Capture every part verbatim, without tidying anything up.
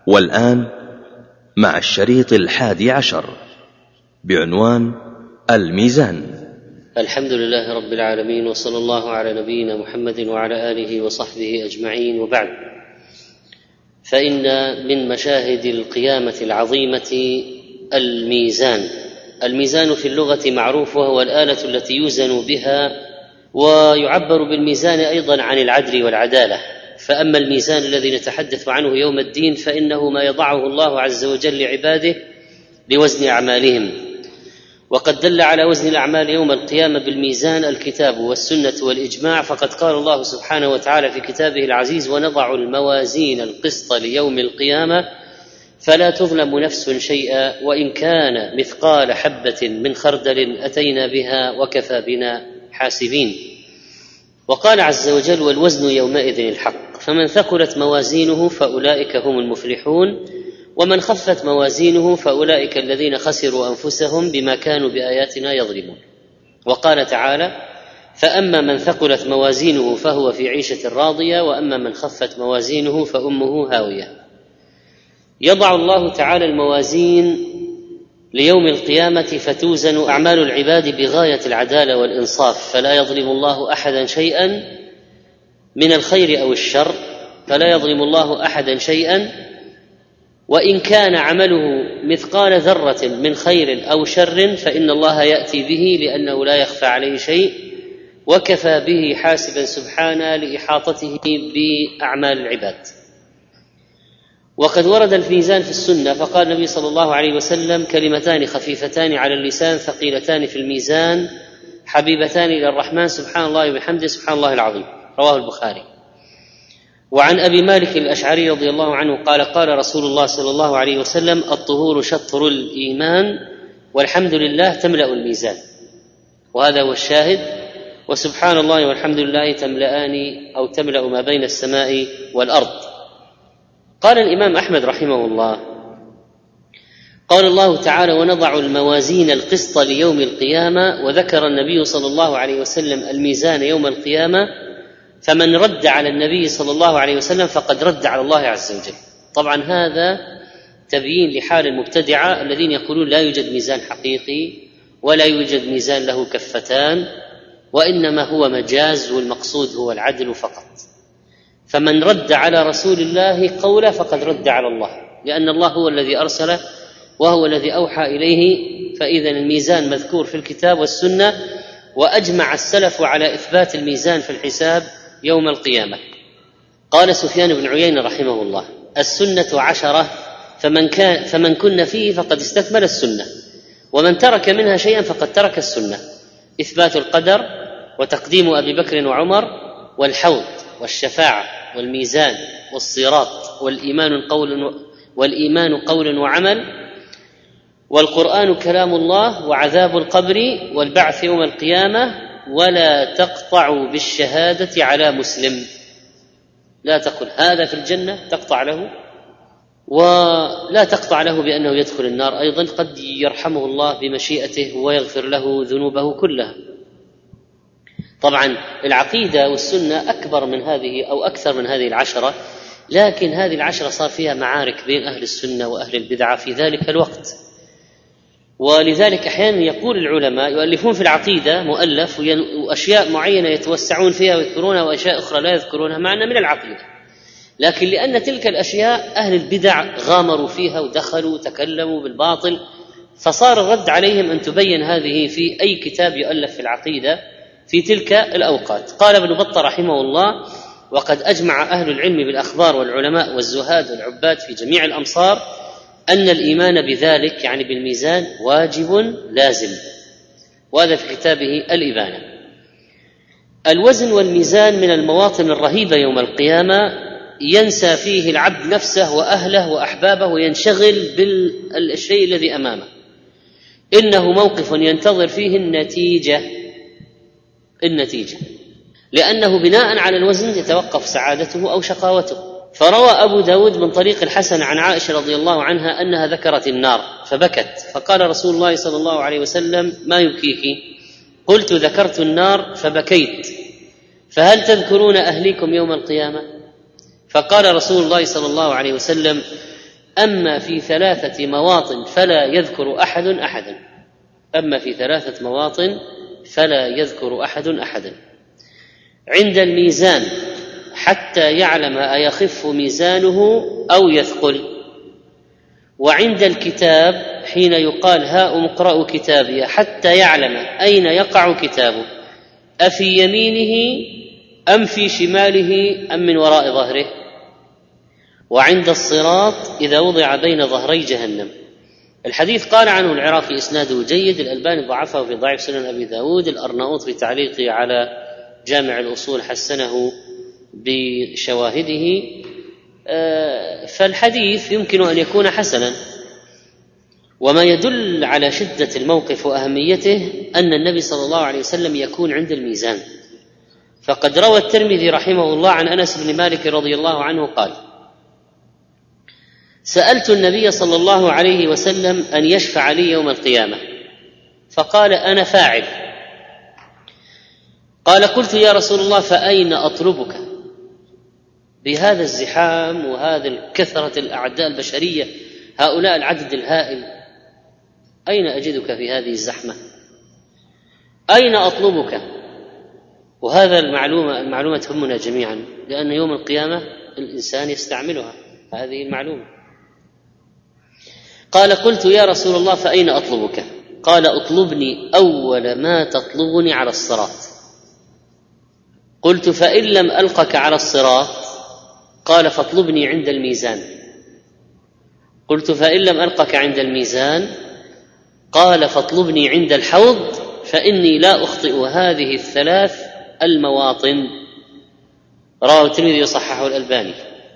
والآن مع الشريط الحادي عشر بعنوان الميزان. الحمد لله رب العالمين، وصلى الله على نبينا محمد وعلى آله وصحبه أجمعين، وبعد، فإن من مشاهد القيامة العظيمة الميزان. الميزان في اللغة معروف، وهو الآلة التي يوزن بها، ويعبر بالميزان أيضا عن العدل والعدالة. فأما الميزان الذي نتحدث عنه يوم الدين فإنه ما يضعه الله عز وجل لعباده لوزن أعمالهم، وقد دل على وزن الأعمال يوم القيامة بالميزان الكتاب والسنة والإجماع. فقد قال الله سبحانه وتعالى في كتابه العزيز: ونضع الموازين القسط ليوم القيامة فلا تظلم نفس شيئا وإن كان مثقال حبة من خردل أتينا بها وكفى بنا حاسبين. وقال عز وجل: والوزن يومئذ الحق، فمن ثقلت موازينه فأولئك هم المفلحون، ومن خفت موازينه فأولئك الذين خسروا أنفسهم بما كانوا بآياتنا يظلمون. وقال تعالى: فأما من ثقلت موازينه فهو في عيشة راضية، وأما من خفت موازينه فأمه هاوية. يضع الله تعالى الموازين ليوم القيامة فتوزن أعمال العباد بغاية العدالة والإنصاف، فلا يظلم الله أحدا شيئا من الخير أو الشر، فلا يظلم الله أحدا شيئا وإن كان عمله مثقال ذرة من خير أو شر فإن الله يأتي به، لأنه لا يخفى عليه شيء، وكفى به حاسبا سبحانه لإحاطته بأعمال العباد. وقد ورد الميزان في السنة، فقال النبي صلى الله عليه وسلم: كلمتان خفيفتان على اللسان ثقيلتان في الميزان حبيبتان إلى الرحمن سبحان الله وبحمده سبحان الله العظيم. رواه البخاري. وعن أبي مالك الأشعري رضي الله عنه قال: قال رسول الله صلى الله عليه وسلم: الطهور شطر الإيمان والحمد لله تملأ الميزان. وهذا هو الشاهد. وسبحان الله والحمد لله تملأان أو تملأ ما بين السماء والأرض. قال الإمام أحمد رحمه الله: قال الله تعالى: ونضع الموازين القسط ليوم القيامة، وذكر النبي صلى الله عليه وسلم الميزان يوم القيامة، فمن رد على النبي صلى الله عليه وسلم فقد رد على الله عز وجل. طبعا هذا تبيين لحال المبتدعة الذين يقولون لا يوجد ميزان حقيقي ولا يوجد ميزان له كفتان، وإنما هو مجاز والمقصود هو العدل فقط. فمن رد على رسول الله قوله فقد رد على الله، لأن الله هو الذي أرسله وهو الذي أوحى إليه. فإذا الميزان مذكور في الكتاب والسنة، وأجمع السلف على إثبات الميزان في الحساب يوم القيامة. قال سفيان بن عيينة رحمه الله: السنة عشرة، فمن, كان فمن كن فيه فقد استكمل السنة، ومن ترك منها شيئا فقد ترك السنة: إثبات القدر، وتقديم أبي بكر وعمر، والحوض، والشفاعة، والميزان، والصراط، والإيمان قول والإيمان قول وعمل، والقرآن كلام الله، وعذاب القبر، والبعث يوم القيامة. ولا تقطع بالشهادة على مسلم، لا تقل هذا في الجنة تقطع له، ولا تقطع له بأنه يدخل النار أيضا، قد يرحمه الله بمشيئته ويغفر له ذنوبه كلها. طبعا العقيدة والسنة أكبر من هذه أو أكثر من هذه العشرة، لكن هذه العشرة صار فيها معارك بين أهل السنة وأهل البدعة في ذلك الوقت. ولذلك أحيانا يقول العلماء يؤلفون في العقيدة مؤلف وأشياء معينة يتوسعون فيها ويذكرونها، وأشياء أخرى لا يذكرونها، مع أنها من العقيدة، لكن لأن تلك الأشياء أهل البدع غامروا فيها ودخلوا وتكلموا بالباطل، فصار الرد عليهم أن تبين هذه في أي كتاب يؤلف في العقيدة في تلك الأوقات. قال ابن بطة رحمه الله: وقد أجمع أهل العلم بالأخبار والعلماء والزهاد والعباد في جميع الأمصار أن الإيمان بذلك، يعني بالميزان، واجب لازم. وهذا في كتابه الإبانة. الوزن والميزان من المواطن الرهيبة يوم القيامة، ينسى فيه العبد نفسه وأهله وأحبابه وينشغل بالشيء الذي أمامه. إنه موقف ينتظر فيه النتيجة النتيجة لأنه بناء على الوزن يتوقف سعادته أو شقاوته. فروى أبو داود من طريق الحسن عن عائشة رضي الله عنها أنها ذكرت النار فبكت، فقال رسول الله صلى الله عليه وسلم: ما يبكيك؟ قلت: ذكرت النار فبكيت. فهل تذكرون أهليكم يوم القيامة؟ فقال رسول الله صلى الله عليه وسلم: أما في ثلاثة مواطن فلا يذكر أحد أحدا أما في ثلاثة مواطن فلا يذكر أحد أحدا عند الميزان حتى يعلم أيخف ميزانه أو يثقل، وعند الكتاب حين يقال هاؤم اقرأوا كتابي حتى يعلم أين يقع كتابه أفي يمينه أم في شماله أم من وراء ظهره، وعند الصراط إذا وضع بين ظهري جهنم. الحديث قال عنه العراقي إسناده جيد، الألباني ضعفه في ضعيف سنن أبي داود، الأرناؤوط في تعليقه على جامع الأصول حسنه بشواهده، فالحديث يمكن أن يكون حسنا. وما يدل على شدة الموقف وأهميته أن النبي صلى الله عليه وسلم يكون عند الميزان، فقد روى الترمذي رحمه الله عن أنس بن مالك رضي الله عنه قال: سألت النبي صلى الله عليه وسلم أن يشفع لي يوم القيامة، فقال: أنا فاعل. قال: قلت يا رسول الله فأين أطلبك؟ بهذا الزحام وهذا الكثرة الأعداء البشرية، هؤلاء العدد الهائل، أين أجدك في هذه الزحمة؟ أين أطلبك؟ وهذا المعلومة المعلومة تهمنا جميعا، لأن يوم القيامة الإنسان يستعملها هذه المعلومة. قال: قلت يا رسول الله فأين أطلبك؟ قال: اطلبني أول ما تطلبني على الصراط. قلت: فإن لم ألقك على الصراط؟ قال: فاطلبني عند الميزان. قلت: فإن لم ألقك عند الميزان؟ قال: فاطلبني عند الحوض، فإني لا أخطئ هذه الثلاث المواطن. رواه الترمذي وصححه الألباني.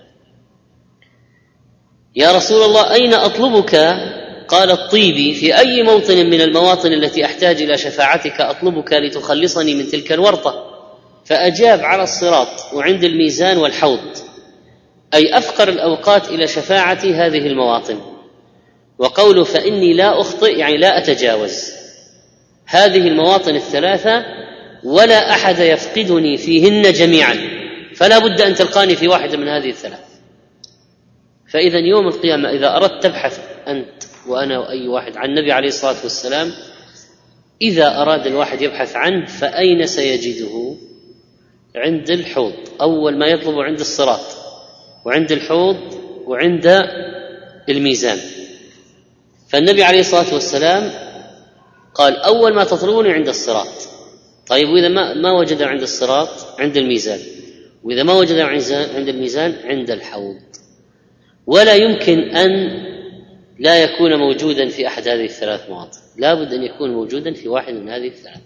يا رسول الله أين أطلبك؟ قال: الطيبي في أي موطن من المواطن التي أحتاج إلى شفاعتك أطلبك لتخلصني من تلك الورطة؟ فأجاب: على الصراط وعند الميزان والحوض، أي أفقر الأوقات إلى شفاعة هذه المواطن. وقوله فإني لا أخطئ يعني لا أتجاوز هذه المواطن الثلاثة، ولا أحد يفقدني فيهن جميعا، فلا بد أن تلقاني في واحدة من هذه الثلاث. فإذا يوم القيامة إذا أردت تبحث أنت وأنا وأي واحد عن النبي عليه الصلاة والسلام، إذا أراد الواحد يبحث عنه فأين سيجده؟ عند الحوض، أول ما يطلب عند الصراط وعند الحوض وعند الميزان. فالنبي عليه الصلاة والسلام قال: أول ما تطلبوني عند الصراط. طيب، وإذا ما, ما وجد عند الصراط؟ عند الميزان. وإذا ما وجد عند الميزان؟ عند الحوض. ولا يمكن أن لا يكون موجودا في أحد هذه الثلاث مواطن، لا بد أن يكون موجودا في واحد من هذه الثلاث.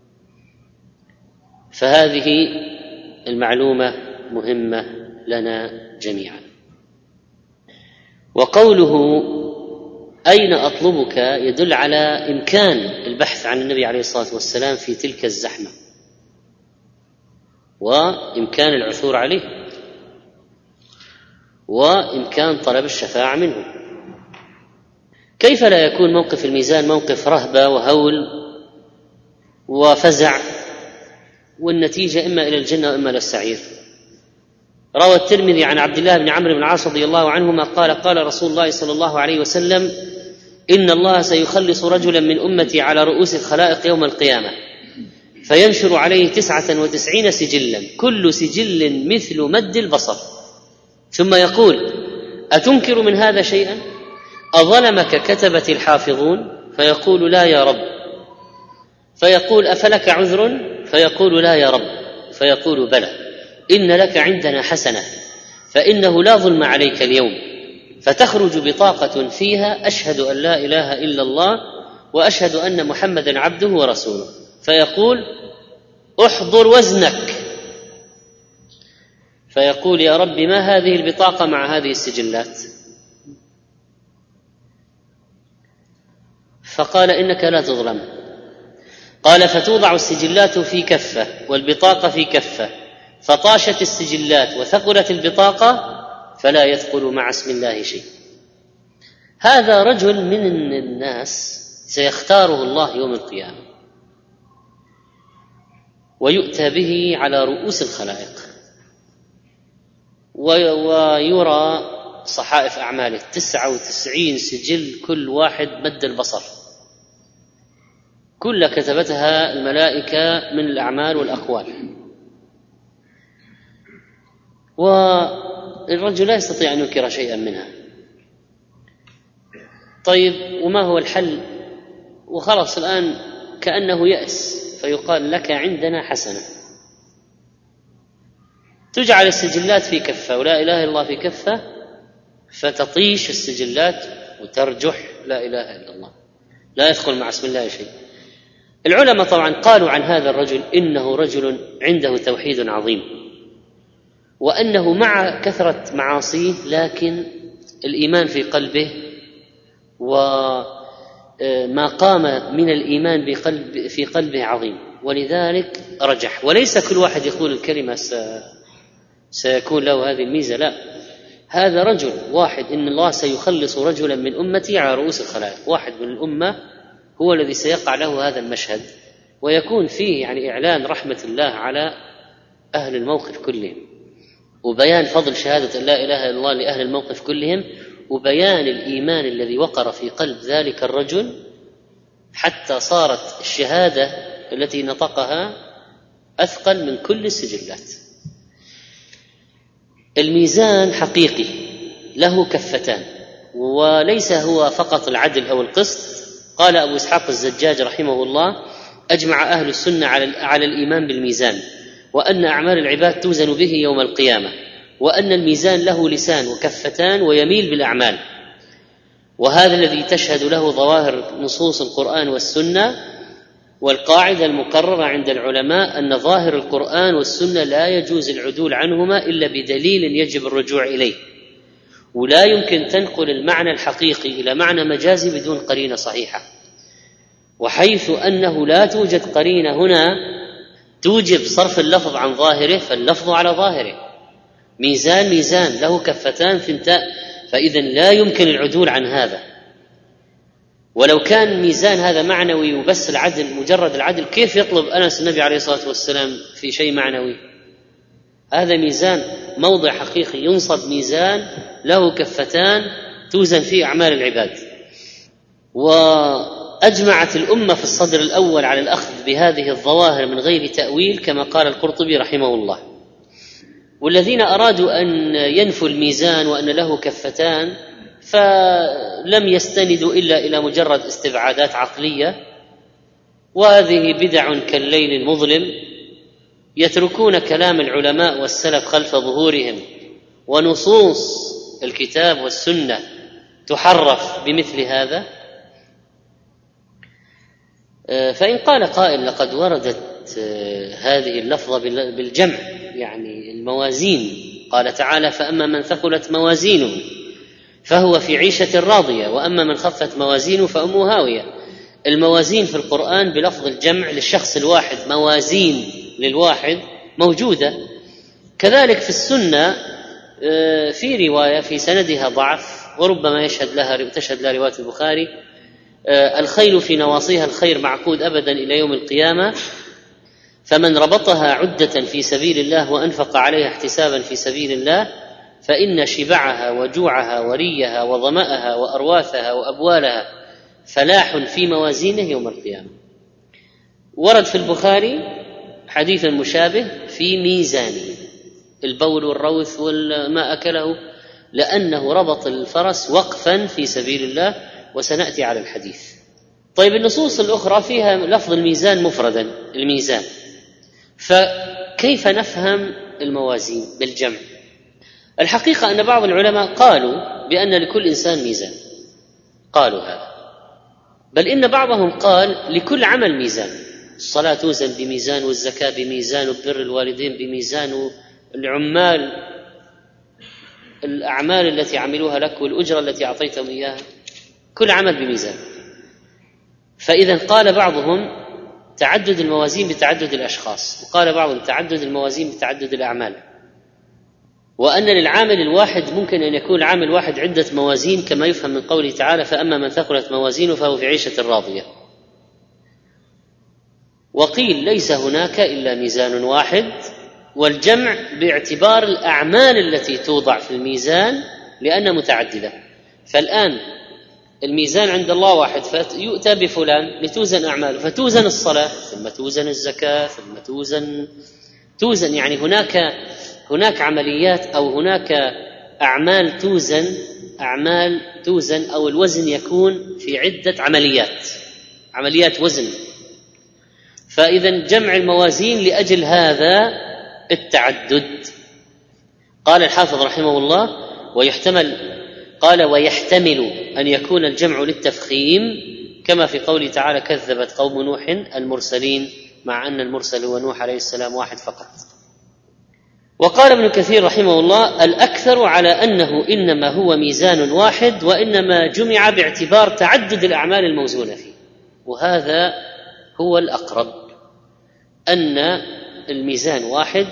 فهذه المعلومة مهمة لنا جميعا. وقوله أين أطلبك يدل على إمكان البحث عن النبي عليه الصلاة والسلام في تلك الزحمة، وإمكان العثور عليه، وإمكان طلب الشفاعة منه. كيف لا يكون موقف الميزان موقف رهبة وهول وفزع، والنتيجة إما إلى الجنة وإما إلى السعير؟ روى الترمذي عن عبد الله بن عمرو بن العاص رضي الله عنهما قال: قال رسول الله صلى الله عليه وسلم: إن الله سيخلص رجلا من أمتي على رؤوس الخلائق يوم القيامة، فينشر عليه تسعة وتسعين سجلا، كل سجل مثل مد البصر، ثم يقول: أتنكر من هذا شيئا؟ أظلمك كتبة الحافظون؟ فيقول: لا يا رب. فيقول: أفلك عذر؟ فيقول: لا يا رب. فيقول: بلى، إن لك عندنا حسنة، فإنه لا ظلم عليك اليوم. فتخرج بطاقة فيها: أشهد أن لا إله إلا الله وأشهد أن محمدا عبده ورسوله. فيقول: احضر وزنك. فيقول: يا رب، ما هذه البطاقة مع هذه السجلات؟ فقال: إنك لا تظلم. قال: فتوضع السجلات في كفة والبطاقة في كفة، فطاشت السجلات وثقلت البطاقة، فلا يثقل مع اسم الله شيء. هذا رجل من الناس سيختاره الله يوم القيامة ويؤتى به على رؤوس الخلائق، ويرى صحائف أعماله، تسعة وتسعين سجل، كل واحد مد البصر، كل كتبتها الملائكة من الأعمال والأقوال، والرجل لا يستطيع أن ينكر شيئا منها. طيب وما هو الحل؟ وخلص الآن كأنه يأس، فيقال لك عندنا حسنة، تجعل السجلات في كفة ولا إله إلا الله في كفة، فتطيش السجلات وترجح لا إله إلا الله، لا يدخل مع اسم الله شيء. العلماء طبعا قالوا عن هذا الرجل إنه رجل عنده توحيد عظيم، وأنه مع كثرة معاصيه لكن الإيمان في قلبه، وما قام من الإيمان بقلب في قلبه عظيم، ولذلك رجح. وليس كل واحد يقول الكلمة سيكون له هذه الميزة، لا، هذا رجل واحد إن الله سيخلص رجلا من أمتي على رؤوس الخلائق، واحد من الأمة هو الذي سيقع له هذا المشهد، ويكون فيه يعني إعلان رحمة الله على أهل الموقف كلهم، وبيان فضل شهادة أن لا إله إلا الله لأهل الموقف كلهم، وبيان الإيمان الذي وقر في قلب ذلك الرجل، حتى صارت الشهادة التي نطقها أثقل من كل السجلات. الميزان حقيقي له كفتان، وليس هو فقط العدل أو القسط. قال أبو إسحاق الزجاج رحمه الله: أجمع أهل السنة على الإيمان بالميزان، وأن أعمال العباد توزن به يوم القيامة، وأن الميزان له لسان وكفتان ويميل بالأعمال، وهذا الذي تشهد له ظواهر نصوص القرآن والسنة. والقاعدة المقررة عند العلماء أن ظاهر القرآن والسنة لا يجوز العدول عنهما إلا بدليل يجب الرجوع إليه، ولا يمكن تنقل المعنى الحقيقي إلى معنى مجازي بدون قرينة صحيحة، وحيث أنه لا توجد قرينة هنا توجب صرف اللفظ عن ظاهره، فاللفظ على ظاهره. ميزان ميزان له كفتان ثنتان، فإذا لا يمكن العدول عن هذا. ولو كان ميزان هذا معنوي وبس العدل مجرد العدل، كيف يطلب أنس النبي عليه الصلاة والسلام في شيء معنوي؟ هذا ميزان موضع حقيقي، ينصب ميزان له كفتان توزن فيه أعمال العباد. وأجمعت الأمة في الصدر الأول على الأخذ بهذه الظواهر من غير تأويل، كما قال القرطبي رحمه الله. والذين أرادوا أن ينفوا الميزان وأن له كفتان فلم يستندوا إلا إلى مجرد استبعادات عقلية، وهذه بدع كالليل المظلم، يتركون كلام العلماء والسلف خلف ظهورهم، ونصوص الكتاب والسنة تحرف بمثل هذا. فإن قال قائل: لقد وردت هذه اللفظة بالجمع، يعني الموازين، قال تعالى: فأما من ثقلت موازينه فهو في عيشة راضية، وأما من خفت موازينه فأمه هاوية. الموازين في القرآن بلفظ الجمع للشخص الواحد، موازين للواحد موجودة. كذلك في السنة في رواية في سندها ضعف، وربما يشهد لها تشهد لها رواية البخاري: الخيل في نواصيها الخير معقود أبدا إلى يوم القيامة، فمن ربطها عدة في سبيل الله وأنفق عليها احتسابا في سبيل الله فإن شبعها وجوعها وريها وظمأها وأرواثها وأبوالها فلاح في موازينه يوم القيامة. ورد في البخاري حديث مشابه في ميزانه، البول والروث والما أكله، لأنه ربط الفرس وقفا في سبيل الله، وسنأتي على الحديث. طيب النصوص الأخرى فيها لفظ الميزان مفردا، الميزان، فكيف نفهم الموازين بالجمع؟ الحقيقة أن بعض العلماء قالوا بأن لكل إنسان ميزان، قالوا هذا، بل إن بعضهم قال لكل عمل ميزان، الصلاة توزن بميزان، والزكاة بميزان، وبر الوالدين بميزان، العمال الأعمال التي عملوها لك والأجرة التي أعطيتهم إياها، كل عمل بميزان. فإذا قال بعضهم تعدد الموازين بتعدد الأشخاص، وقال بعضهم تعدد الموازين بتعدد الأعمال، وأن للعامل الواحد ممكن أن يكون العامل واحد عدة موازين، كما يفهم من قوله تعالى: فأما من ثقلت موازينه فهو في عيشة راضية. وقيل ليس هناك إلا ميزان واحد، والجمع باعتبار الأعمال التي توضع في الميزان لأنها متعددة. فالآن الميزان عند الله واحد، فيؤتى بفلان لتوزن أعماله، فتوزن الصلاة ثم توزن الزكاة ثم توزن توزن يعني هناك هناك عمليات أو هناك أعمال توزن أعمال توزن أو الوزن يكون في عدة عمليات عمليات وزن. فإذا جمع الموازين لأجل هذا التعدد. قال الحافظ رحمه الله ويحتمل قال ويحتمل أن يكون الجمع للتفخيم كما في قوله تعالى كذبت قوم نوح المرسلين، مع أن المرسل هو نوح عليه السلام واحد فقط. وقال ابن كثير رحمه الله الأكثر على أنه إنما هو ميزان واحد، وإنما جمع باعتبار تعدد الأعمال الموزونة فيه، وهذا هو الأقرب، أن الميزان واحد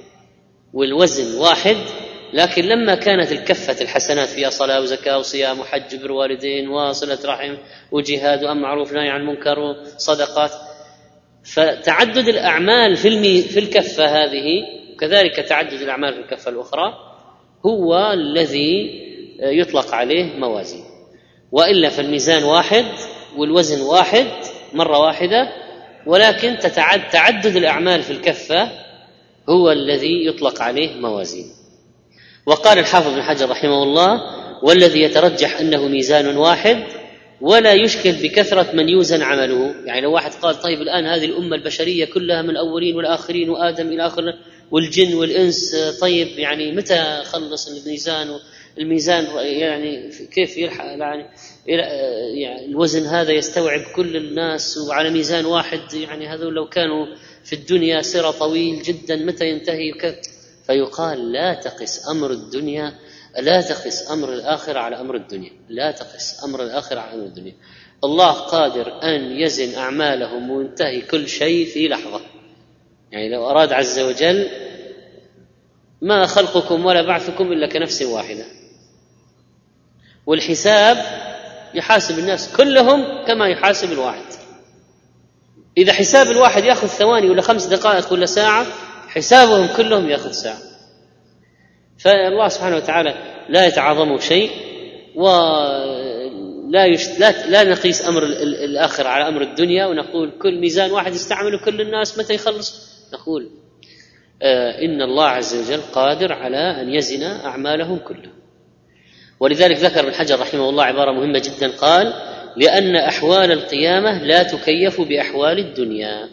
والوزن واحد، لكن لما كانت الكفة الحسنات فيها صلاة وزكاة وصيام وحج بر والدين وصلة رحم وجهاد وأمر معروف نهي عن المنكر وصدقات، فتعدد الأعمال في في الكفة هذه وكذلك تعدد الأعمال في الكفة الأخرى هو الذي يطلق عليه موازين. وإلا فالميزان واحد والوزن واحد مرة واحدة، ولكن تتعد تعدد الأعمال في الكفة هو الذي يطلق عليه موازين. وقال الحافظ بن حجر رحمه الله والذي يترجح أنه ميزان واحد ولا يشكل بكثرة من يوزن عمله. يعني لو واحد قال طيب الآن هذه الأمة البشرية كلها من الأولين والآخرين وآدم إلى آخر والجن والإنس، طيب يعني متى خلص الميزان؟ الميزان يعني كيف يلحق يعني الوزن هذا يستوعب كل الناس وعلى ميزان واحد؟ يعني هذول لو كانوا في الدنيا سير طويل جدا متى ينتهي؟ فيقال لا تقس أمر الدنيا لا تقس أمر الآخرة على أمر الدنيا لا تقس أمر الآخرة على أمر الدنيا. الله قادر أن يزن أعمالهم وينتهي كل شيء في لحظة. يعني لو أراد عز وجل ما خلقكم ولا بعثكم إلا كنفس واحدة، والحساب يحاسب الناس كلهم كما يحاسب الواحد. إذا حساب الواحد يأخذ ثواني ولا خمس دقائق ولا ساعة، حسابهم كلهم يأخذ ساعة. فالله سبحانه وتعالى لا يتعاظم شيء، ولا يشت... لا... لا نقيس أمر الآخرة على أمر الدنيا ونقول كل ميزان واحد يستعمله كل الناس متى يخلص. نقول آه إن الله عز وجل قادر على أن يزن أعمالهم كلهم. ولذلك ذكر ابن حجر رحمه الله عبارة مهمة جدا، قال لأن أحوال القيامة لا تكيف بأحوال الدنيا.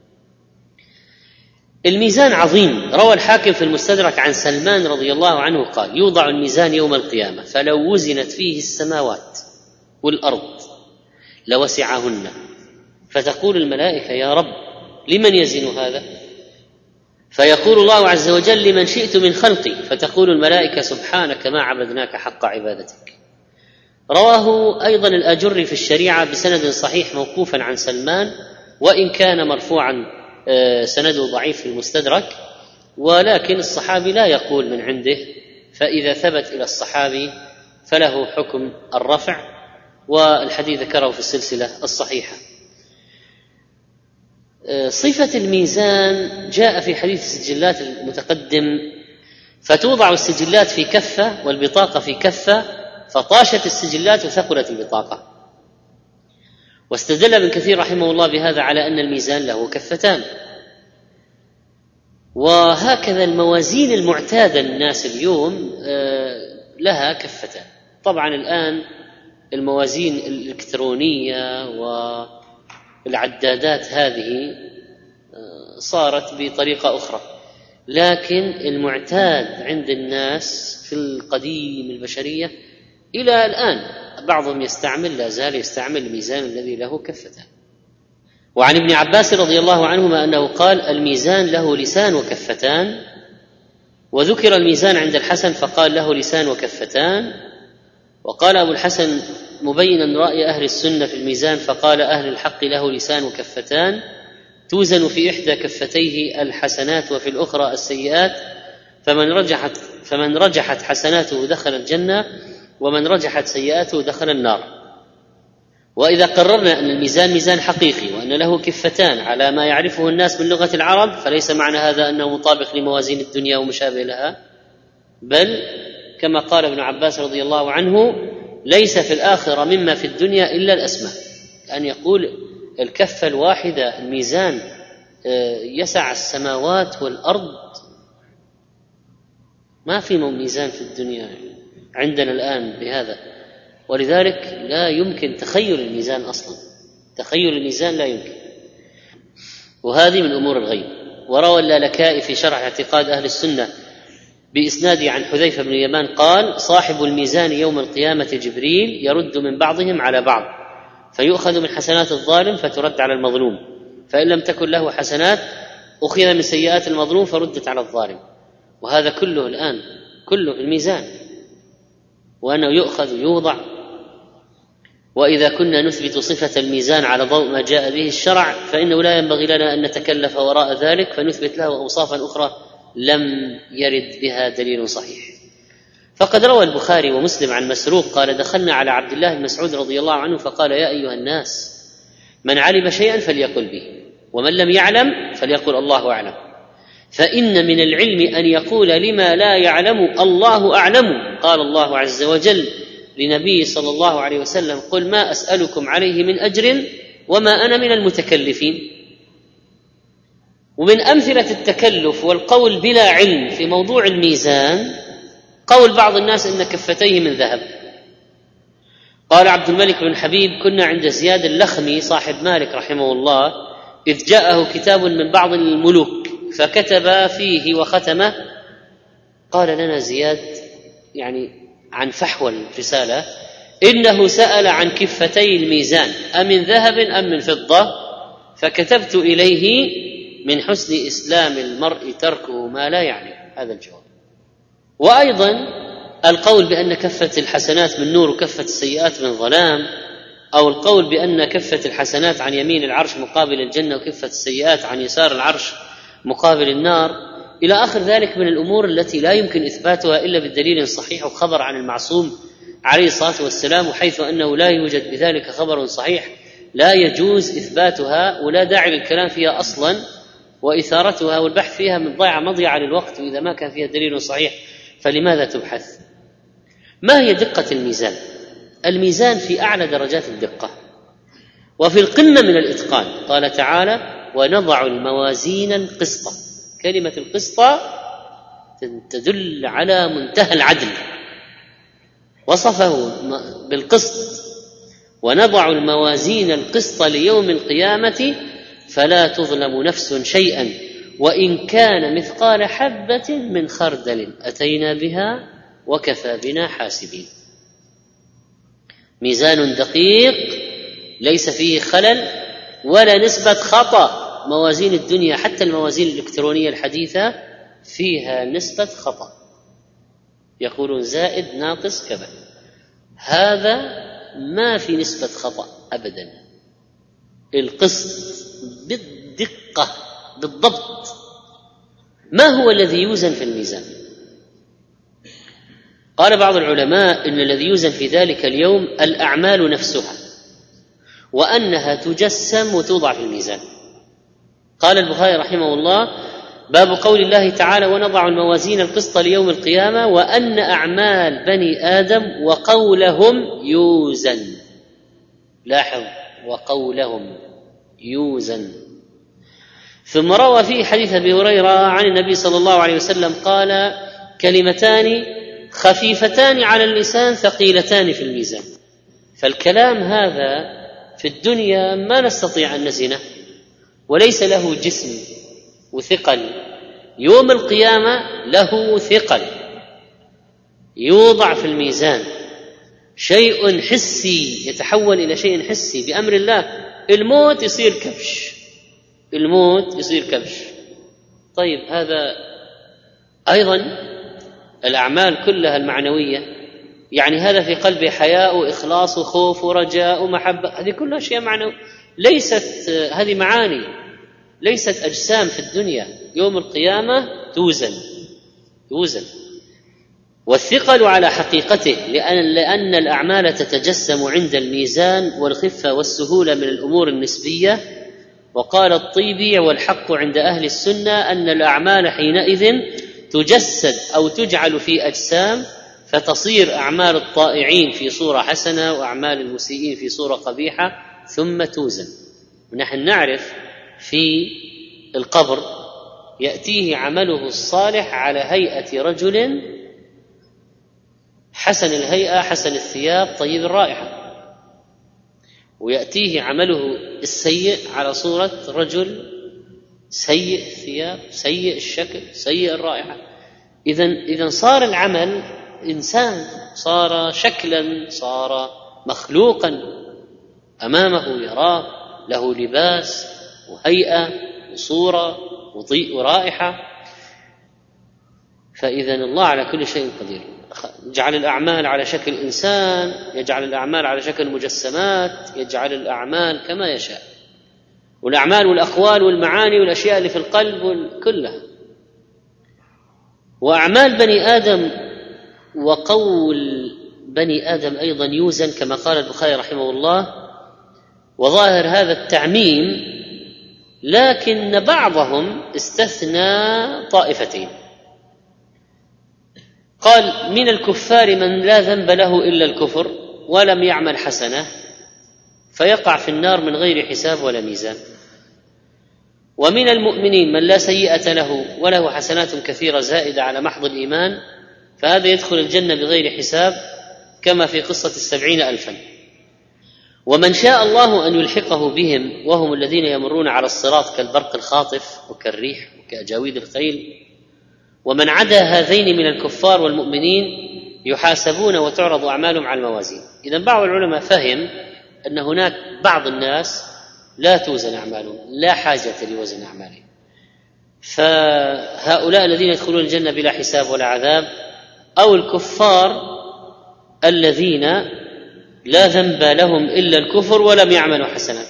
الميزان عظيم. روى الحاكم في المستدرك عن سلمان رضي الله عنه قال يوضع الميزان يوم القيامة فلو وزنت فيه السماوات والأرض لوسعهن، فتقول الملائكة يا رب لمن يزن هذا؟ فيقول الله عز وجل لمن شئت من خلقي، فتقول الملائكة سبحانك ما عبدناك حق عبادتك. رواه أيضا الأجري في الشريعة بسند صحيح موقوفا عن سلمان، وإن كان مرفوعا سنده ضعيف في المستدرك، ولكن الصحابي لا يقول من عنده، فإذا ثبت إلى الصحابي فله حكم الرفع، والحديث ذكره في السلسلة الصحيحة. صفة الميزان جاء في حديث السجلات المتقدم، فتوضع السجلات في كفة والبطاقة في كفة، فطاشت السجلات وثقلت البطاقة. واستدل ابن كثير رحمه الله بهذا على أن الميزان له كفتان. وهكذا الموازين المعتادة للناس اليوم لها كفتان. طبعا الآن الموازين الإلكترونية والعدادات هذه صارت بطريقة أخرى، لكن المعتاد عند الناس في القديم البشرية إلى الآن بعضهم يستعمل لا زال يستعمل الميزان الذي له كفتان. وعن ابن عباس رضي الله عنهما أنه قال الميزان له لسان وكفتان. وذكر الميزان عند الحسن فقال له لسان وكفتان. وقال أبو الحسن مبينا رأي أهل السنة في الميزان فقال أهل الحق له لسان وكفتان توزن في إحدى كفتيه الحسنات وفي الأخرى السيئات، فمن رجحت فمن رجحت حسناته دخل الجنة ومن رجحت سيئاته دخل النار. وإذا قررنا أن الميزان ميزان حقيقي وأن له كفتان على ما يعرفه الناس من لغة العرب، فليس معنى هذا أنه مطابق لموازين الدنيا ومشابه لها، بل كما قال ابن عباس رضي الله عنه: ليس في الآخرة مما في الدنيا إلا الأسماء. أن يقول الكفة الواحدة الميزان يسع السماوات والأرض، ما في ميزان في الدنيا عندنا الآن بهذا، ولذلك لا يمكن تخيل الميزان أصلا، تخيل الميزان لا يمكن، وهذه من أمور الغيب. وروى اللالكائي في شرح اعتقاد أهل السنة بإسناده عن حذيفة بن اليمان قال: صاحب الميزان يوم القيامة جبريل يرد من بعضهم على بعض، فيؤخذ من حسنات الظالم فترد على المظلوم، فإن لم تكن له حسنات أخذ من سيئات المظلوم فردت على الظالم. وهذا كله الآن كله في الميزان، وأنه يؤخذ ويوضع. وإذا كنا نثبت صفة الميزان على ضوء ما جاء به الشرع فإنه لا ينبغي لنا أن نتكلف وراء ذلك فنثبت له أوصافا أخرى لم يرد بها دليل صحيح. فقد روى البخاري ومسلم عن مسروق قال: دخلنا على عبد الله بن مسعود رضي الله عنه فقال: يا أيها الناس، من علم شيئا فليقل به، ومن لم يعلم فليقل الله أعلم، فإن من العلم أن يقول لما لا يعلم الله أعلم. قال الله عز وجل لنبيه صلى الله عليه وسلم: قل ما أسألكم عليه من أجر وما أنا من المتكلفين. ومن أمثلة التكلف والقول بلا علم في موضوع الميزان قول بعض الناس إن كفتيه من ذهب. قال عبد الملك بن حبيب: كنا عند زياد اللخمي صاحب مالك رحمه الله إذ جاءه كتاب من بعض الملوك فكتب فيه وختمه. قال لنا زياد يعني عن فحوى الرسالة: إنه سأل عن كفتي الميزان أمن ذهب أم من فضة؟ فكتبت إليه: من حسن إسلام المرء تركه ما لا يعني. هذا الجواب. وأيضا القول بأن كفة الحسنات من نور وكفة السيئات من ظلام، أو القول بأن كفة الحسنات عن يمين العرش مقابل الجنة وكفة السيئات عن يسار العرش مقابل النار، إلى آخر ذلك من الأمور التي لا يمكن إثباتها إلا بالدليل صحيح وخبر عن المعصوم عليه الصلاة والسلام، وحيث أنه لا يوجد بذلك خبر صحيح لا يجوز إثباتها ولا داعي للكلام فيها أصلا، وإثارتها والبحث فيها من ضيعة مضيعة للوقت، وإذا ما كان فيها دليل صحيح فلماذا تبحث؟ ما هي دقة الميزان؟ الميزان في أعلى درجات الدقة وفي القمة من الإتقان. قال تعالى: ونضع الموازين القسط. كلمة القسط تدل على منتهى العدل، وصفه بالقسط: ونضع الموازين القسط ليوم القيامة فلا تظلم نفس شيئا وإن كان مثقال حبة من خردل أتينا بها وكفى بنا حاسبين. ميزان دقيق ليس فيه خلل ولا نسبة خطأ. موازين الدنيا حتى الموازين الإلكترونية الحديثة فيها نسبة خطأ، يقولون زائد ناقص كذا، هذا ما في نسبة خطأ أبدا. القسط بالدقة بالضبط. ما هو الذي يوزن في الميزان؟ قال بعض العلماء إن الذي يوزن في ذلك اليوم الأعمال نفسها، وأنها تجسم وتوضع في الميزان. قال البخاري رحمه الله: باب قول الله تعالى: ونضع الموازين القسط ليوم القيامة وأن أعمال بني آدم وقولهم يوزن. لاحظ: وقولهم يوزن. ثم روى فيه حديث أبي هريرة عن النبي صلى الله عليه وسلم قال: كلمتان خفيفتان على اللسان ثقيلتان في الميزان. فالكلام هذا في الدنيا ما نستطيع أن نزنه وليس له جسم وثقل، يوم القيامة له ثقل يوضع في الميزان، شيء حسي يتحول إلى شيء حسي بأمر الله. الموت يصير كبش، الموت يصير كبش. طيب هذا أيضا الأعمال كلها المعنوية، يعني هذا في قلبه حياء وإخلاص وخوف ورجاء ومحبة، هذه كلها أشياء معنوية، ليست هذه معاني، ليست أجسام في الدنيا. يوم القيامة توزن توزن والثقل على حقيقته، لأن, لأن الأعمال تتجسم عند الميزان، والخفة والسهولة من الأمور النسبية. وقال الطيبي: والحق عند أهل السنة أن الأعمال حينئذ تجسد أو تجعل في أجسام فتصير أعمال الطائعين في صورة حسنة وأعمال المسيئين في صورة قبيحة ثم توزن. ونحن نعرف في القبر يأتيه عمله الصالح على هيئة رجل حسن الهيئة حسن الثياب طيب الرائحة، ويأتيه عمله السيء على صورة رجل سيء الثياب سيء الشكل سيء الرائحة. إذن إذن صار العمل إنسان، صار شكلا، صار مخلوقا أمامه يراه، له لباس وهيئة وصورة وضيء ورائحة. فإذن الله على كل شيء قدير، يجعل الأعمال على شكل إنسان، يجعل الأعمال على شكل مجسمات، يجعل الأعمال كما يشاء، والأعمال والأقوال والمعاني والأشياء اللي في القلب كلها. وأعمال بني آدم وقول بني آدم أيضا يوزن كما قال البخاري رحمه الله. وظاهر هذا التعميم، لكن بعضهم استثنى طائفتين، قال من الكفار من لا ذنب له إلا الكفر ولم يعمل حسنة فيقع في النار من غير حساب ولا ميزان، ومن المؤمنين من لا سيئة له وله حسنات كثيرة زائدة على محض الإيمان فهذا يدخل الجنة بغير حساب كما في قصة السبعين ألفا، ومن شاء الله أن يلحقه بهم وهم الذين يمرون على الصراط كالبرق الخاطف وكالريح وكأجاويد الخيل، ومن عدا هذين من الكفار والمؤمنين يحاسبون وتعرض أعمالهم على الموازين. إذن بعض العلماء فهم أن هناك بعض الناس لا توزن أعمالهم، لا حاجة لوزن أعمالهم، فهؤلاء الذين يدخلون الجنة بلا حساب ولا عذاب، أو الكفار الذين لا ذنب لهم إلا الكفر ولم يعملوا حسنات.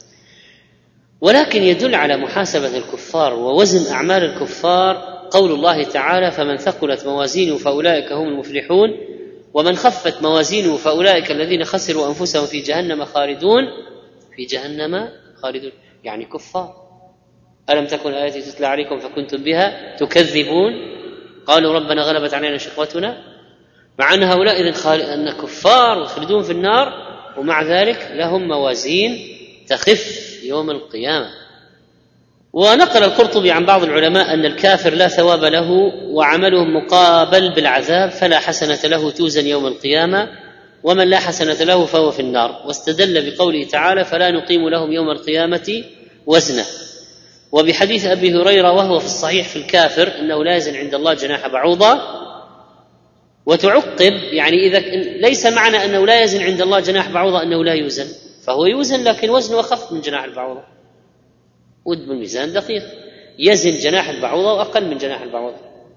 ولكن يدل على محاسبة الكفار ووزن أعمال الكفار قول الله تعالى فمن ثقلت موازينه فأولئك هم المفلحون ومن خفت موازينه فأولئك الذين خسروا أنفسهم في جهنم خالدون في جهنم خالدون، يعني كفار. ألم تكن آياتي تتلى عليكم فكنتم بها تكذبون قالوا ربنا غلبت علينا شقوتنا، مع أن هؤلاء إذن كفار وخلدون في النار ومع ذلك لهم موازين تخف يوم القيامة. ونقل القرطبي عن بعض العلماء أن الكافر لا ثواب له وعمله مقابل بالعذاب فلا حسنة له توزن يوم القيامة، ومن لا حسنة له فهو في النار، واستدل بقوله تعالى فلا نقيم لهم يوم القيامة وزنا، وبحديث أبي هريرة وهو في الصحيح في الكافر أنه لا يزن عند الله جناح بعوضة. وتعقب يعني إذا ليس معنى أنه لا يزن عند الله جناح بعوضة أنه لا يوزن، فهو يوزن لكن وزنه أخف من جناح البعوضة، ود بالميزان دقيق، يزن جناح البعوضة وأقل من جناح البعوضة.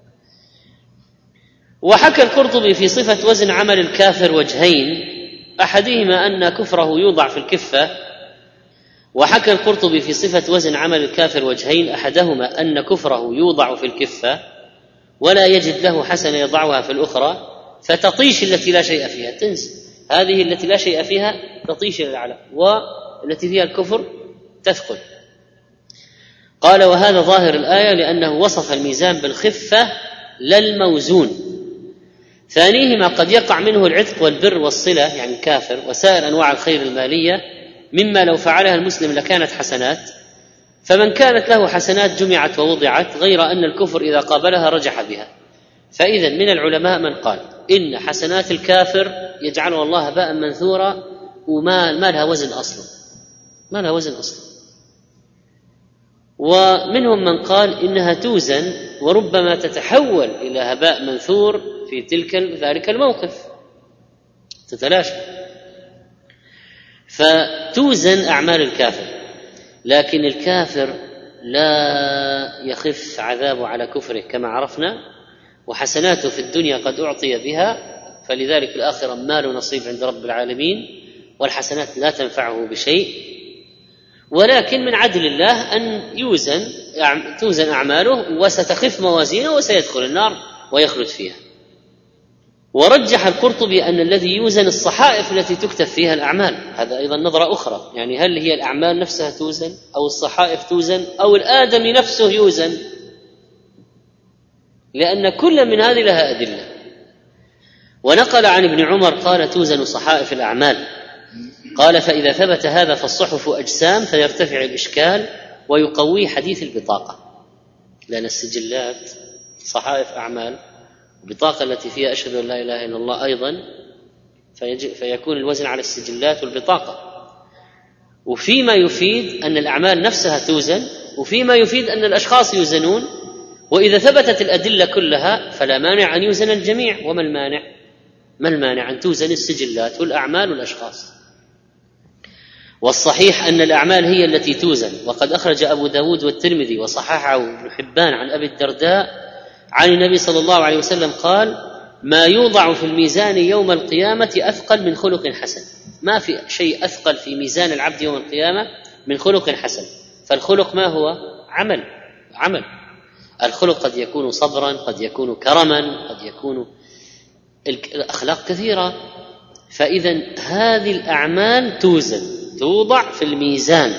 وحكى القرطبي في صفة وزن عمل الكافر وجهين، أحدهما أن كفره يوضع في الكفة، وحكى القرطبي في صفة وزن عمل الكافر وجهين، أحدهما أن كفره يوضع في الكفة ولا يجد له حسنة يضعها في الأخرى فتطيش التي لا شيء فيها، تنزل هذه التي لا شيء فيها تطيش إلى الأعلى، والتي فيها الكفر تثقل. قال وهذا ظاهر الآية لأنه وصف الميزان بالخفة لا الموزون. ثانيهما قد يقع منه العتق والبر والصلة يعني الكافر وسائر أنواع الخير المالية مما لو فعلها المسلم لكانت حسنات، فمن كانت له حسنات جمعت ووضعت، غير أن الكفر إذا قابلها رجح بها. فإذا من العلماء من قال إن حسنات الكافر يجعلها الله هباء منثورا وما ما لها وزن أصلا، ما لها وزن أصلا. ومنهم من قال إنها توزن وربما تتحول إلى هباء منثور في تلك ذلك الموقف، تتلاشى، فتوزن أعمال الكافر. لكن الكافر لا يخف عذابه على كفره كما عرفنا، وحسناته في الدنيا قد أعطي بها، فلذلك الآخرة ما له نصيب عند رب العالمين، والحسنات لا تنفعه بشيء. ولكن من عدل الله أن يوزن توزن أعماله وستخف موازينه وسيدخل النار ويخلد فيها. ورجح القرطبي أن الذي يوزن الصحائف التي تكتب فيها الأعمال، هذا أيضا نظرة أخرى، يعني هل هي الأعمال نفسها توزن أو الصحائف توزن أو الآدمي نفسه يوزن، لأن كل من هذه لها أدلة. ونقل عن ابن عمر قال: توزن صحائف الأعمال. قال: فإذا ثبت هذا فالصحف أجسام فيرتفع الإشكال ويقوي حديث البطاقة، لأن السجلات صحائف أعمال، البطاقة التي فيها أشهد أن لا إله إلا الله أيضا، فيكون الوزن على السجلات والبطاقة. وفيما يفيد أن الأعمال نفسها توزن، وفيما يفيد أن الأشخاص يوزنون. وإذا ثبتت الأدلة كلها فلا مانع أن يوزن الجميع. وما المانع؟ ما المانع أن توزن السجلات والأعمال والأشخاص؟ والصحيح أن الأعمال هي التي توزن. وقد أخرج أبو داود والترمذي وصححه ابن حبان عن أبي الدرداء عن النبي صلى الله عليه وسلم قال: ما يوضع في الميزان يوم القيامة أثقل من خلق حسن. ما في شيء أثقل في ميزان العبد يوم القيامة من خلق حسن. فالخلق ما هو؟ عمل عمل الخلق قد يكون صبرا، قد يكون كرما، قد يكون الأخلاق كثيرة. فإذا هذه الأعمال توزن، توضع في الميزان.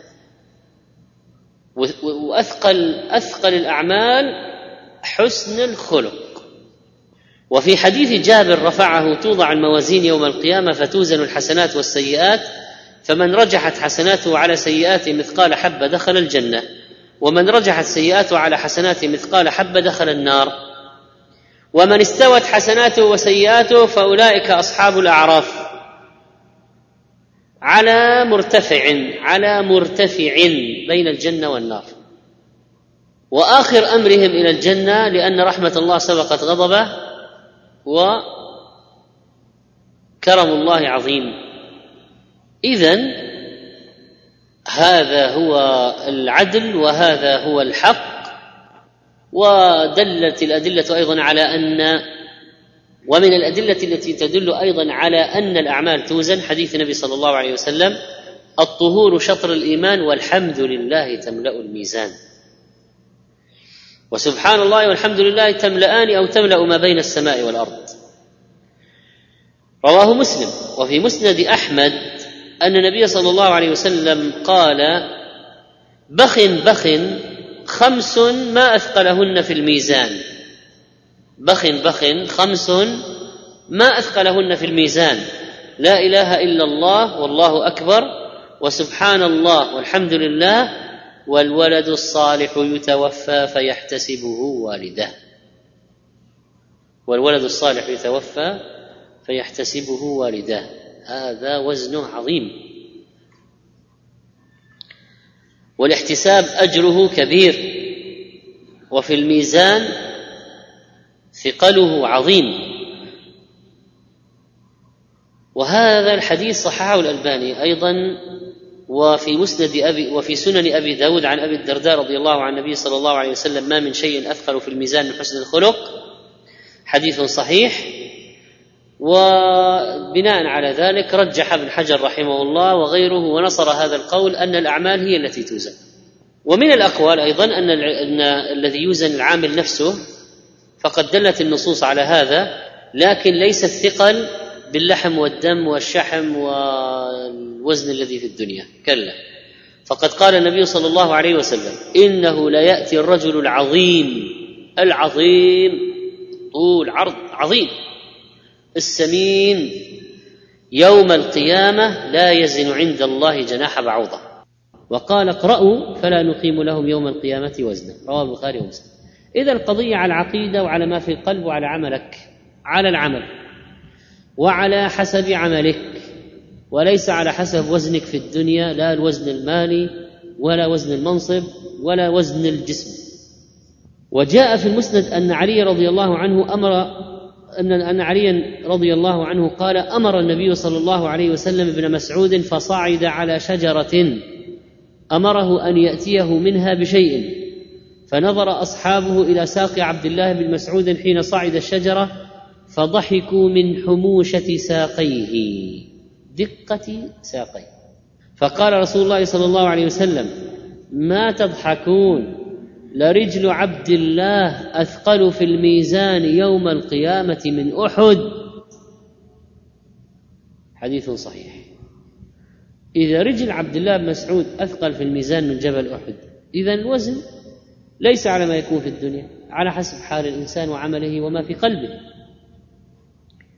وأثقل أثقل الأعمال حسن الخلق. وفي حديث جابر رفعه: توضع الموازين يوم القيامة فتوزن الحسنات والسيئات، فمن رجحت حسناته على سيئاته مثقال حبة دخل الجنة، ومن رجحت سيئاته على حسناته مثقال حبة دخل النار، ومن استوت حسناته وسيئاته فأولئك أصحاب الأعراف على مرتفع على مرتفع بين الجنة والنار، وآخر أمرهم إلى الجنة، لأن رحمة الله سبقت غضبه وكرم الله عظيم. إذن هذا هو العدل وهذا هو الحق. ودلت الأدلة أيضا على أن ومن الأدلة التي تدل أيضا على أن الأعمال توزن حديث النبي صلى الله عليه وسلم: الطهور شطر الإيمان والحمد لله تملأ الميزان. وسبحان الله والحمد لله تملأان أو تملأ ما بين السماء والأرض. رواه مسلم. وفي مسند أحمد أن النبي صلى الله عليه وسلم قال: بخ بخ خمس ما أثقلهن في الميزان. بخ بخ خمس ما أثقلهن في الميزان: لا إله إلا الله والله أكبر، وسبحان الله والحمد لله، والولد الصالح يتوفى فيحتسبه والده. والولد الصالح يتوفى فيحتسبه والده. هذا وزنه عظيم، والاحتساب أجره كبير، وفي الميزان ثقله عظيم. وهذا الحديث صححه الألباني أيضا. وفي مسند أبي وفي سنن أبي داود عن أبي الدرداء رضي الله عن النبي صلى الله عليه وسلم: ما من شيء أثقل في الميزان من حسن الخلق. حديث صحيح. وبناء على ذلك رجح ابن حجر رحمه الله وغيره ونصر هذا القول أن الأعمال هي التي توزن. ومن الأقوال أيضا أن, أن الذي يوزن العامل نفسه، فقد دلت النصوص على هذا، لكن ليس الثقل باللحم والدم والشحم والوزن الذي في الدنيا، كلا. فقد قال النبي صلى الله عليه وسلم: إنه لا يأتي الرجل العظيم العظيم طول عرض عظيم السمين يوم القيامة لا يزن عند الله جناح بعوضة. وقال: اقرأوا فلا نقيم لهم يوم القيامة وزنا. رواه البخاري ومسلم. إذا القضية على العقيدة وعلى ما في القلب وعلى عملك، على العمل وعلى حسب عملك، وليس على حسب وزنك في الدنيا، لا الوزن المالي ولا وزن المنصب ولا وزن الجسم. وجاء في المسند أن علي رضي الله عنه أمر أن أن علي رضي الله عنه قال: أمر النبي صلى الله عليه وسلم ابن مسعود فصعد على شجرة أمره أن يأتيه منها بشيء، فنظر أصحابه إلى ساق عبد الله بن مسعود حين صعد الشجرة فضحكوا من حموشة ساقيه، دقة ساقيه، فقال رسول الله صلى الله عليه وسلم: ما تضحكون؟ لرجل عبد الله أثقل في الميزان يوم القيامة من أحد. حديث صحيح. إذا رجل عبد الله بن مسعود أثقل في الميزان من جبل أحد، إذا الوزن ليس على ما يكون في الدنيا، على حسب حال الإنسان وعمله وما في قلبه.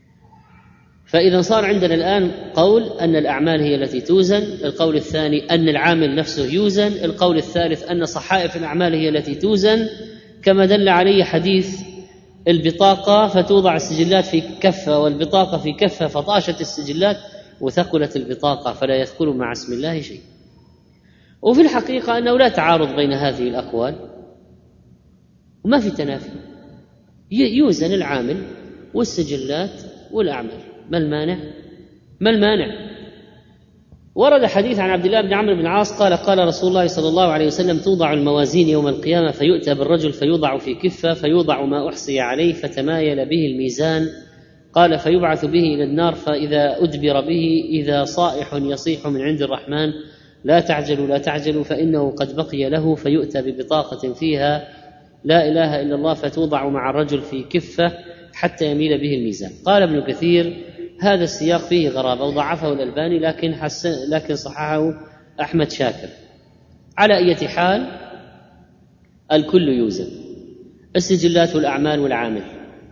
فإذا صار عندنا الآن قول أن الأعمال هي التي توزن، القول الثاني أن العامل نفسه يوزن، القول الثالث أن صحائف الأعمال هي التي توزن، كما دل عليه حديث البطاقة فتوضع السجلات في كفة والبطاقة في كفة فطاشت السجلات وثقلت البطاقة فلا يثقل مع اسم الله شيء. وفي الحقيقة أنه لا تعارض بين هذه الأقوال وما في تنافي، يوزن العامل والسجلات والأعمال، ما المانع؟ ما المانع؟ ورد حديث عن عبد الله بن عمرو بن العاص قال قال رسول الله صلى الله عليه وسلم: توضع الموازين يوم القيامة فيؤتى بالرجل فيوضع في كفة فيوضع ما أحصي عليه فتمايل به الميزان، قال فيبعث به إلى النار فإذا أدبر به إذا صائح يصيح من عند الرحمن: لا تعجلوا لا تعجلوا فإنه قد بقي له، فيؤتى ببطاقة فيها لا إله إلا الله فتوضع مع الرجل في كفة حتى يميل به الميزان. قال ابن كثير: هذا السياق فيه غرابة وضعفه الألباني لكن حسن لكن صححه أحمد شاكر. على أي حال الكل يوزن، السجلات والأعمال والعامل.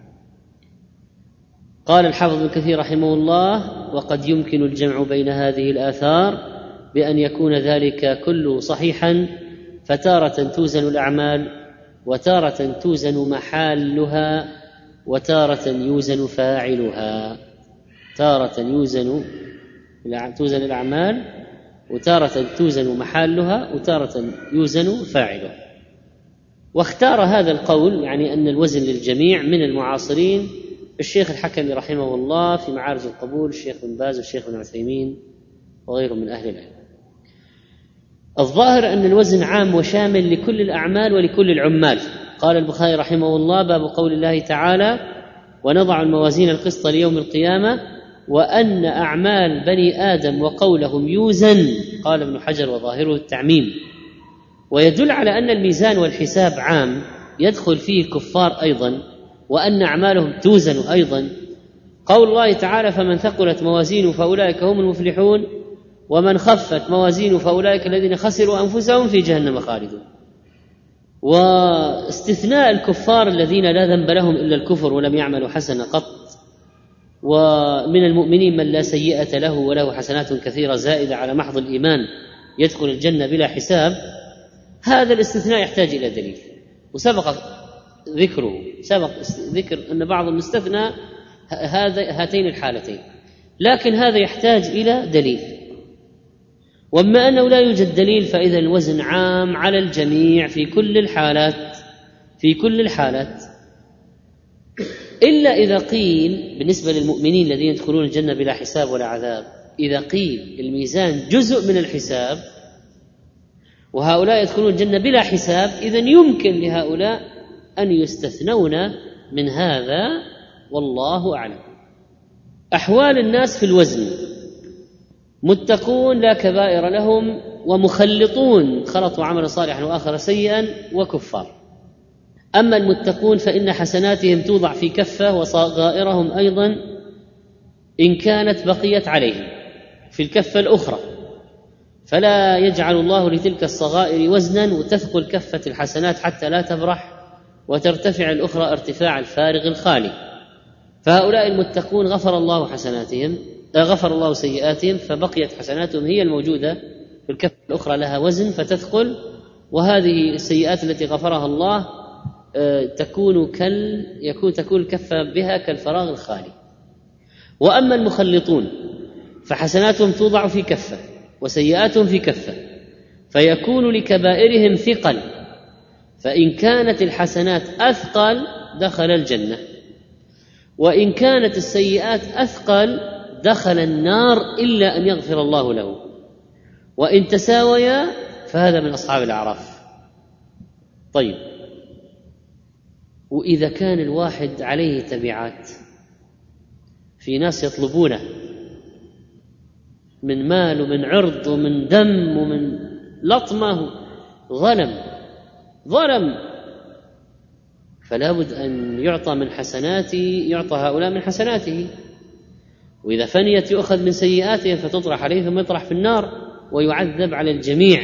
قال الحافظ ابن كثير رحمه الله: وقد يمكن الجمع بين هذه الآثار بأن يكون ذلك كله صحيحا، فتارة توزن الأعمال وتارة توزن محالها وتارة يوزن فاعلها، تارة يوزن توزن الأعمال وتارة توزن محالها وتارة يوزن فاعلها. واختار هذا القول يعني أن الوزن للجميع من المعاصرين الشيخ الحكمي رحمه الله في معارج القبول، الشيخ بن باز والشيخ بن عثيمين وغيرهم من أهل العلم. الظاهر أن الوزن عام وشامل لكل الأعمال ولكل العمال. قال البخاري رحمه الله: باب قول الله تعالى: ونضع الموازين القسط ليوم القيامة وأن أعمال بني آدم وقولهم يوزن. قال ابن حجر: وظاهره التعميم. ويدل على أن الميزان والحساب عام يدخل فيه الكفار أيضا، وأن أعمالهم توزن أيضا. قول الله تعالى: فمن ثقلت موازينه فأولئك هم المفلحون ومن خفت موازينه فأولئك الذين خسروا أنفسهم في جهنم خالدون. واستثناء الكفار الذين لا ذنب لهم إلا الكفر ولم يعملوا حسنة قط، ومن المؤمنين من لا سيئة له وله حسنات كثيرة زائدة على محض الإيمان يدخل الجنة بلا حساب، هذا الاستثناء يحتاج إلى دليل، وسبق ذكره سبق ذكر أن بعض المستثنى هذا هاتين الحالتين، لكن هذا يحتاج إلى دليل. وما أنه لا يوجد دليل فإذا الوزن عام على الجميع في كل الحالات في كل الحالات إلا إذا قيل بالنسبة للمؤمنين الذين يدخلون الجنة بلا حساب ولا عذاب، إذا قيل الميزان جزء من الحساب وهؤلاء يدخلون الجنة بلا حساب، إذن يمكن لهؤلاء أن يستثنون من هذا، والله أعلم. أحوال الناس في الوزن: متقون لا كبائر لهم، ومخلطون خلطوا عملا صالحا وآخر سيئا، وكفار. أما المتقون فإن حسناتهم توضع في كفة وصغائرهم أيضا إن كانت بقيت عليهم في الكفة الأخرى، فلا يجعل الله لتلك الصغائر وزنا وتثقل كفة الحسنات حتى لا تبرح وترتفع الأخرى ارتفاع الفارغ الخالي. فهؤلاء المتقون غفر الله حسناتهم غفر الله سيئاتهم فبقيت حسناتهم هي الموجودة في الكفة الأخرى لها وزن فتثقل، وهذه السيئات التي غفرها الله تكون كال يكون تكون الكفة بها كالفراغ الخالي. وأما المخلطون فحسناتهم توضع في كفة وسيئاتهم في كفة، فيكون لكبائرهم ثقل، فإن كانت الحسنات أثقل دخل الجنة، وإن كانت السيئات أثقل دخل النار إلا أن يغفر الله له، وإن تساويا فهذا من أصحاب الأعراف. طيب، وإذا كان الواحد عليه تبعات، في ناس يطلبونه من مال ومن عرض ومن دم ومن لطمه، ظلم ظلم فلا بد أن يعطى من حسناته، يعطى هؤلاء من حسناته، وإذا فنيت يؤخذ من سيئاتهم فتطرح عليه ثم يطرح في النار ويعذب على الجميع.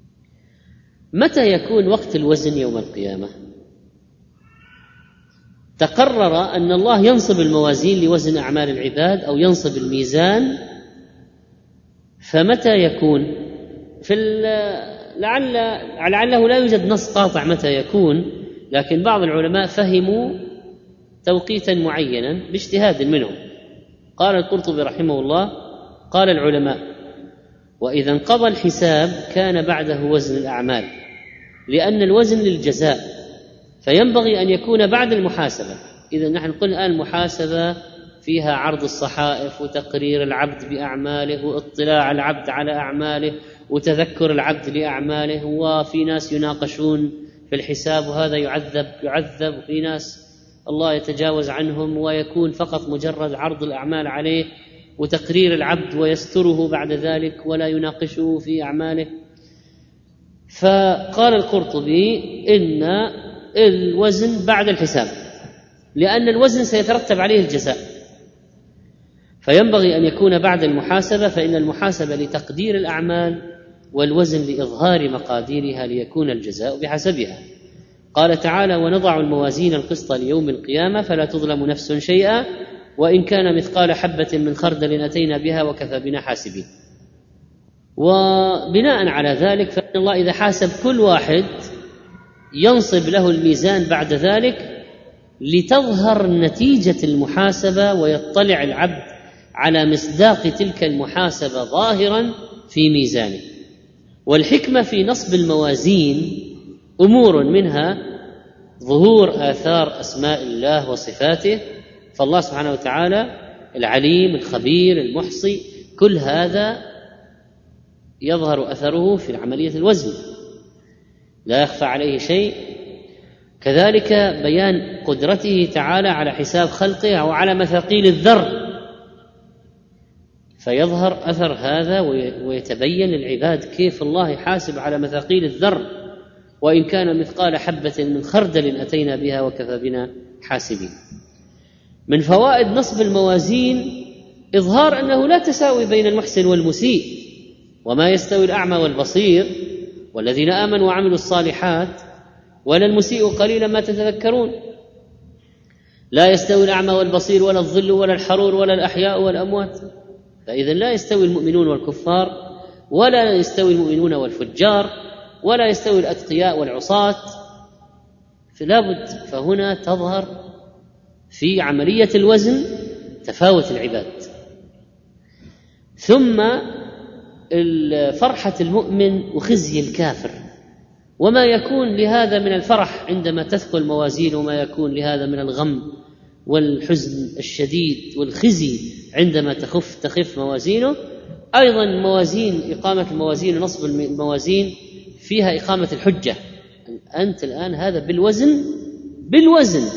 متى يكون وقت الوزن يوم القيامة؟ تقرر أن الله ينصب الموازين لوزن أعمال العباد أو ينصب الميزان، فمتى يكون؟ في لعل لعله لا يوجد نص قاطع متى يكون، لكن بعض العلماء فهموا توقيتا معينا باجتهاد منهم. قال القرطبي رحمه الله: قال العلماء: وإذا انقضى الحساب كان بعده وزن الأعمال، لأن الوزن للجزاء، فينبغي أن يكون بعد المحاسبة. إذا نحن قلنا الآن المحاسبة فيها عرض الصحائف وتقرير العبد بأعماله واطلاع العبد على أعماله وتذكر العبد لأعماله، وفي ناس يناقشون في الحساب وهذا يعذب يعذب وفي ناس الله يتجاوز عنهم ويكون فقط مجرد عرض الأعمال عليه وتقرير العبد ويستره بعد ذلك ولا يناقشه في أعماله. فقال القرطبي إن الوزن بعد الحساب، لأن الوزن سيترتب عليه الجزاء، فينبغي أن يكون بعد المحاسبة، فإن المحاسبة لتقدير الأعمال والوزن لإظهار مقاديرها ليكون الجزاء بحسبها. قال تعالى: ونضع الموازين القسط ليوم القيامة فلا تظلم نفس شيئا وإن كان مثقال حبة من خردل أتينا بها وكفى بنا حاسبين. وبناء على ذلك فإن الله إذا حاسب كل واحد ينصب له الميزان بعد ذلك لتظهر نتيجة المحاسبة ويطلع العبد على مصداق تلك المحاسبة ظاهرا في ميزانه. والحكمة في نصب الموازين أمور منها ظهور آثار أسماء الله وصفاته، فالله سبحانه وتعالى العليم الخبير المحصي، كل هذا يظهر أثره في عملية الوزن، لا يخفى عليه شيء. كذلك بيان قدرته تعالى على حساب خلقه أو على مثاقيل الذر، فيظهر أثر هذا ويتبين للعباد كيف الله يحاسب على مثاقيل الذر، وإن كان مثقال حبة من خردل أتينا بها وكفى بنا حاسبين. من فوائد نصب الموازين إظهار أنه لا تساوي بين المحسن والمسيء، وما يستوي الأعمى والبصير والذين آمنوا وعملوا الصالحات ولا المسيء قليلا ما تتذكرون. لا يستوي الأعمى والبصير ولا الظل ولا الحرور ولا الأحياء والأموات، فإذا لا يستوي المؤمنون والكفار ولا يستوي المؤمنون والفجار ولا يستوي الأتقياء والعصاة، فلا بد فهنا تظهر في عملية الوزن تفاوت العباد. ثم فرحة المؤمن وخزي الكافر، وما يكون لهذا من الفرح عندما تثقل موازين، وما يكون لهذا من الغم والحزن الشديد والخزي عندما تخف تخف موازينه. أيضا موازين إقامة الموازين ونصب الموازين فيها إقامة الحجة. أنت الآن هذا بالوزن بالوزن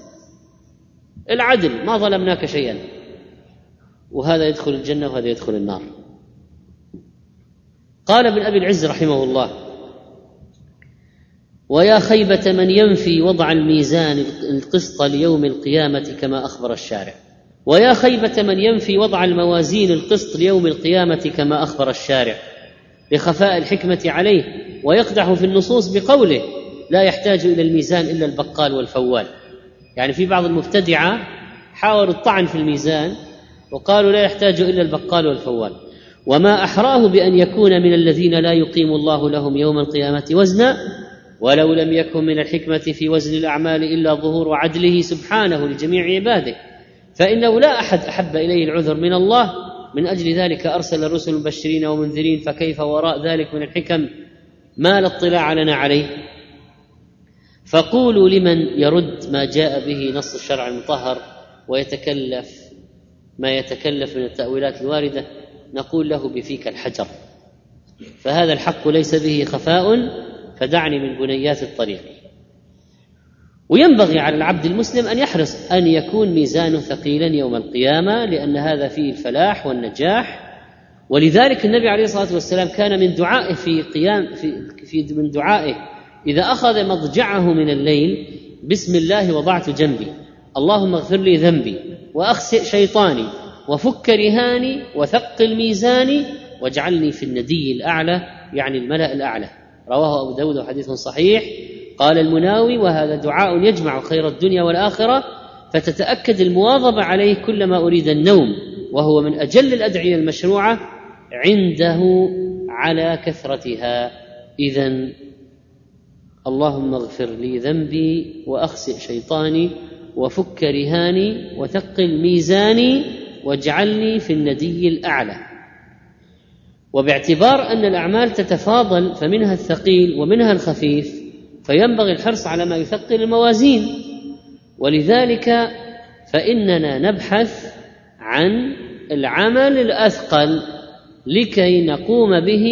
العدل، ما ظلمناك شيئا، وهذا يدخل الجنة وهذا يدخل النار. قال ابن أبي العز رحمه الله: ويا خيبة من ينفي وضع الميزان القسط ليوم القيامة كما أخبر الشارع. ويا خيبة من ينفي وضع الموازين القسط ليوم القيامة كما أخبر الشارع لخفاء الحكمة عليه، ويقدح في النصوص بقوله: لا يحتاج إلى الميزان إلا البقال والفوال. يعني في بعض المبتدعة حاولوا الطعن في الميزان وقالوا لا يحتاج إلا البقال والفوال، وما أحراه بأن يكون من الذين لا يقيم الله لهم يوم القيامة وزنا، ولو لم يكن من الحكمة في وزن الأعمال إلا ظهور عدله سبحانه لجميع عباده، فإنه لا أحد أحب إليه العذر من الله، من أجل ذلك أرسل الرسل مبشرين ومنذرين، فكيف وراء ذلك من الحكم ما لا اطلاع لنا عليه. فقولوا لمن يرد ما جاء به نص الشرع المطهر ويتكلف ما يتكلف من التأويلات الواردة، نقول له بفيك الحجر، فهذا الحق ليس به خفاء، فدعني من بنيات الطريق. وينبغي على العبد المسلم أن يحرص أن يكون ميزانه ثقيلا يوم القيامة، لأن هذا فيه الفلاح والنجاح. ولذلك النبي عليه الصلاة والسلام كان من دعائه في قيام في, في من دعائه إذا أخذ مضجعه من الليل: بسم الله وضعت جنبي، اللهم اغفر لي ذنبي وأخسئ شيطاني وفك رهاني وثقل ميزاني واجعلني في الندي الأعلى، يعني الملأ الأعلى. رواه أبو داود وحديث صحيح. قال المناوي: وهذا دعاء يجمع خير الدنيا والآخرة، فتتأكد المواظبة عليه كلما أريد النوم، وهو من أجل الأدعية المشروعة عنده على كثرتها. إذن اللهم اغفر لي ذنبي وأخسئ شيطاني وفك رهاني وثقل ميزاني واجعلني في الندي الأعلى. وباعتبار أن الأعمال تتفاضل فمنها الثقيل ومنها الخفيف، فينبغي الحرص على ما يثقل الموازين، ولذلك فإننا نبحث عن العمل الأثقل لكي نقوم به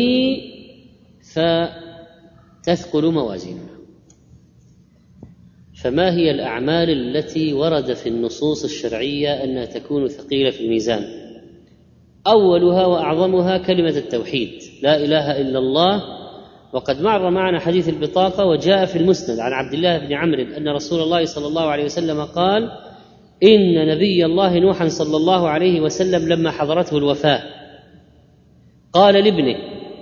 فتثقل موازيننا. فما هي الأعمال التي ورد في النصوص الشرعية أنها تكون ثقيلة في الميزان؟ أولها وأعظمها كلمة التوحيد، لا إله إلا الله. وقد مر معنا حديث البطاقة، وجاء في المسند عن عبد الله بن عمرو أن رسول الله صلى الله عليه وسلم قال: إن نبي الله نوحا صلى الله عليه وسلم لما حضرته الوفاة قال لابنه: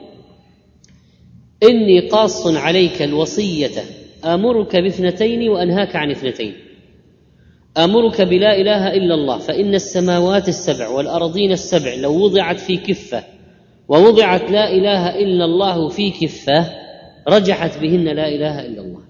إني قاص عليك الوصية، آمرك باثنتين وأنهاك عن اثنتين. آمرك بلا إله إلا الله، فإن السماوات السبع والأرضين السبع لو وضعت في كفة ووضعت لا إله إلا الله في كفة رجحت بهن لا إله إلا الله.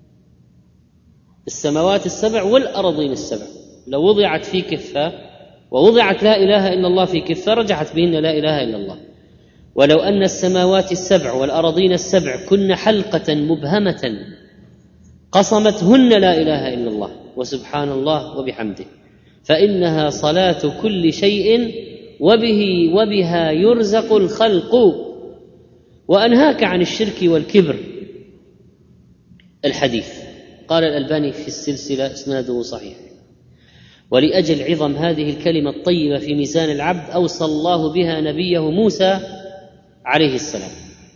السماوات السبع والأرضين السبع لو وضعت في كفة ووضعت لا إله إلا الله في كفة رجحت بهن لا إله إلا الله. ولو أن السماوات السبع والأرضين السبع كن حلقة مبهمة قصمتهن لا إله إلا الله وسبحان الله وبحمده، فإنها صلاة كل شيء وبه وبها يرزق الخلق. وأنهاك عن الشرك والكبر. الحديث قال الألباني في السلسلة إسناده صحيح. ولأجل عظم هذه الكلمة الطيبة في ميزان العبد أوصى الله بها نبيه موسى عليه السلام.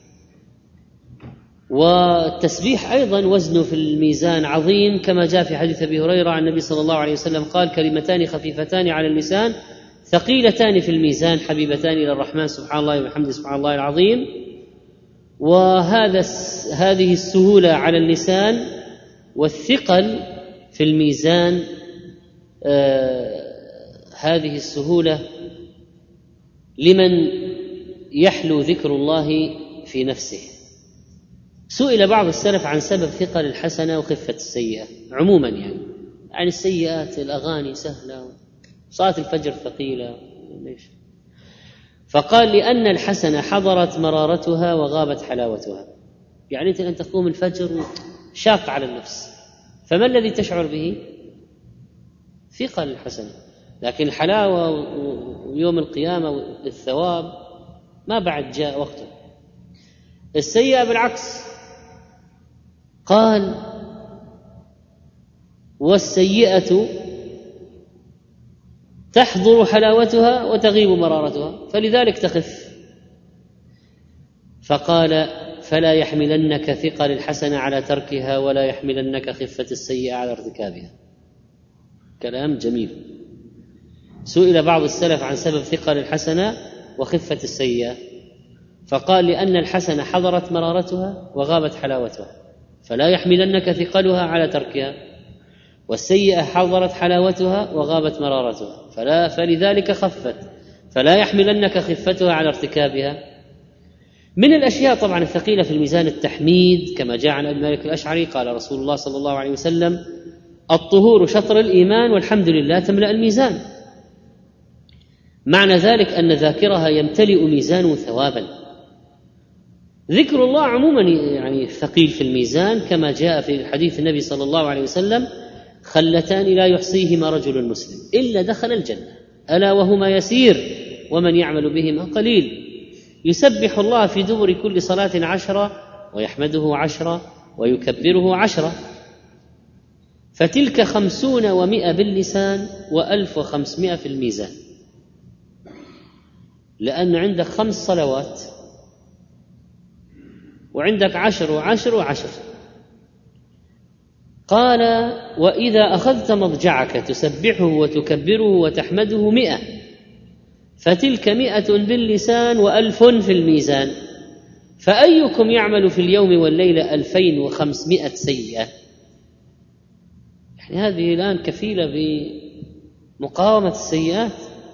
والتسبيح أيضا وزنه في الميزان عظيم، كما جاء في حديث أبي هريرة عن النبي صلى الله عليه وسلم قال: كلمتان خفيفتان على اللسان ثقيلتان في الميزان حبيبتان إلى الرحمن سبحان الله وبحمده سبحان الله العظيم. وهذا هذه السهولة على اللسان والثقل في الميزان، آه هذه السهولة لمن يحلو ذكر الله في نفسه. سئل بعض السلف عن سبب ثقل الحسنة وخفة السيئة عموما، يعني عن السيئات الأغاني سهلة، صلاة الفجر ثقيلة، ليش؟ فقال: لأن الحسنة حضرت مرارتها وغابت حلاوتها. يعني أنت أن تقوم الفجر شاق على النفس، فما الذي تشعر به؟ ثقل الحسنة، لكن الحلاوة ويوم القيامة والثواب ما بعد جاء وقته. السيئة بالعكس، قال: والسيئة تحضر حلاوتها وتغيب مرارتها، فلذلك تخف. فقال: فلا يحملنك ثقل الحسنة على تركها ولا يحملنك خفة السيئة على ارتكابها. كلام جميل. سئل بعض السلف عن سبب ثقل الحسنة وخفة السيئة، فقال: لأن الحسنة حضرت مرارتها وغابت حلاوتها، فلا يحملنك ثقلها على تركها، والسيئة حضرت حلاوتها وغابت مرارتها فلا فلذلك خفت، فلا يحملنك خفتها على ارتكابها. من الأشياء طبعا الثقيلة في الميزان التحميد، كما جاء عن أبي مالك الأشعري قال رسول الله صلى الله عليه وسلم: الطهور شطر الإيمان والحمد لله تملأ الميزان. معنى ذلك أن ذاكرها يمتلئ ميزانه ثوابا. ذكر الله عموما يعني ثقيل في الميزان، كما جاء في حديث النبي صلى الله عليه وسلم: خلتان لا يحصيهما رجل مسلم إلا دخل الجنة، ألا وهما يسير ومن يعمل بهما قليل. يسبح الله في دبر كل صلاة عشرة ويحمده عشرة ويكبره عشرة، فتلك خمسون ومئة باللسان وألف وخمسمائة في الميزان، لأن عندك خمس صلوات وعندك عشر وعشر وعشر. قال: وإذا أخذت مضجعك تسبحه وتكبره وتحمده مئة، فتلك مئة باللسان وألف في الميزان، فأيكم يعمل في اليوم والليلة ألفين وخمسمائة سيئة؟ يعني هذه الآن كفيلة بمقاومة السيئات.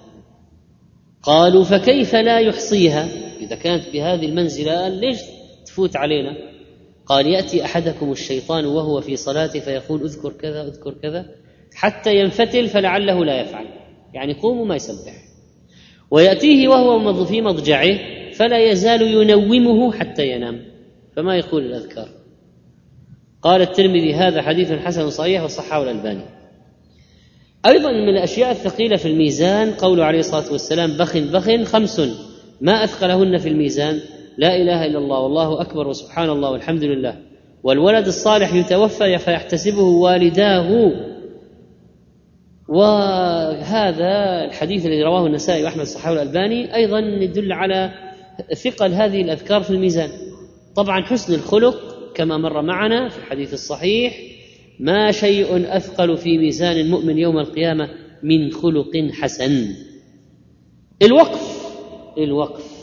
قالوا فكيف لا يحصيها؟ إذا كانت بهذه المنزلة ليش تفوت علينا؟ قال يأتي أحدكم الشيطان وهو في صلاته فيقول اذكر كذا اذكر كذا حتى ينفتل فلعله لا يفعل، يعني قوم وما يسبح، ويأتيه وهو في مضجعه فلا يزال ينومه حتى ينام فما يقول الأذكار. قال الترمذي هذا حديث حسن صحيح وصححه الألباني. أيضا من الأشياء الثقيلة في الميزان قوله عليه الصلاة والسلام بخ بخ خمس ما أثقلهن في الميزان لا إله إلا الله والله أكبر وسبحان الله والحمد لله والولد الصالح يتوفى فيحتسبه والداه. وهذا الحديث الذي رواه النسائي وأحمد صححه الألباني أيضا يدل على ثقل هذه الأذكار في الميزان. طبعا حسن الخلق كما مر معنا في الحديث الصحيح ما شيء أثقل في ميزان المؤمن يوم القيامة من خلق حسن. الوقف الوقف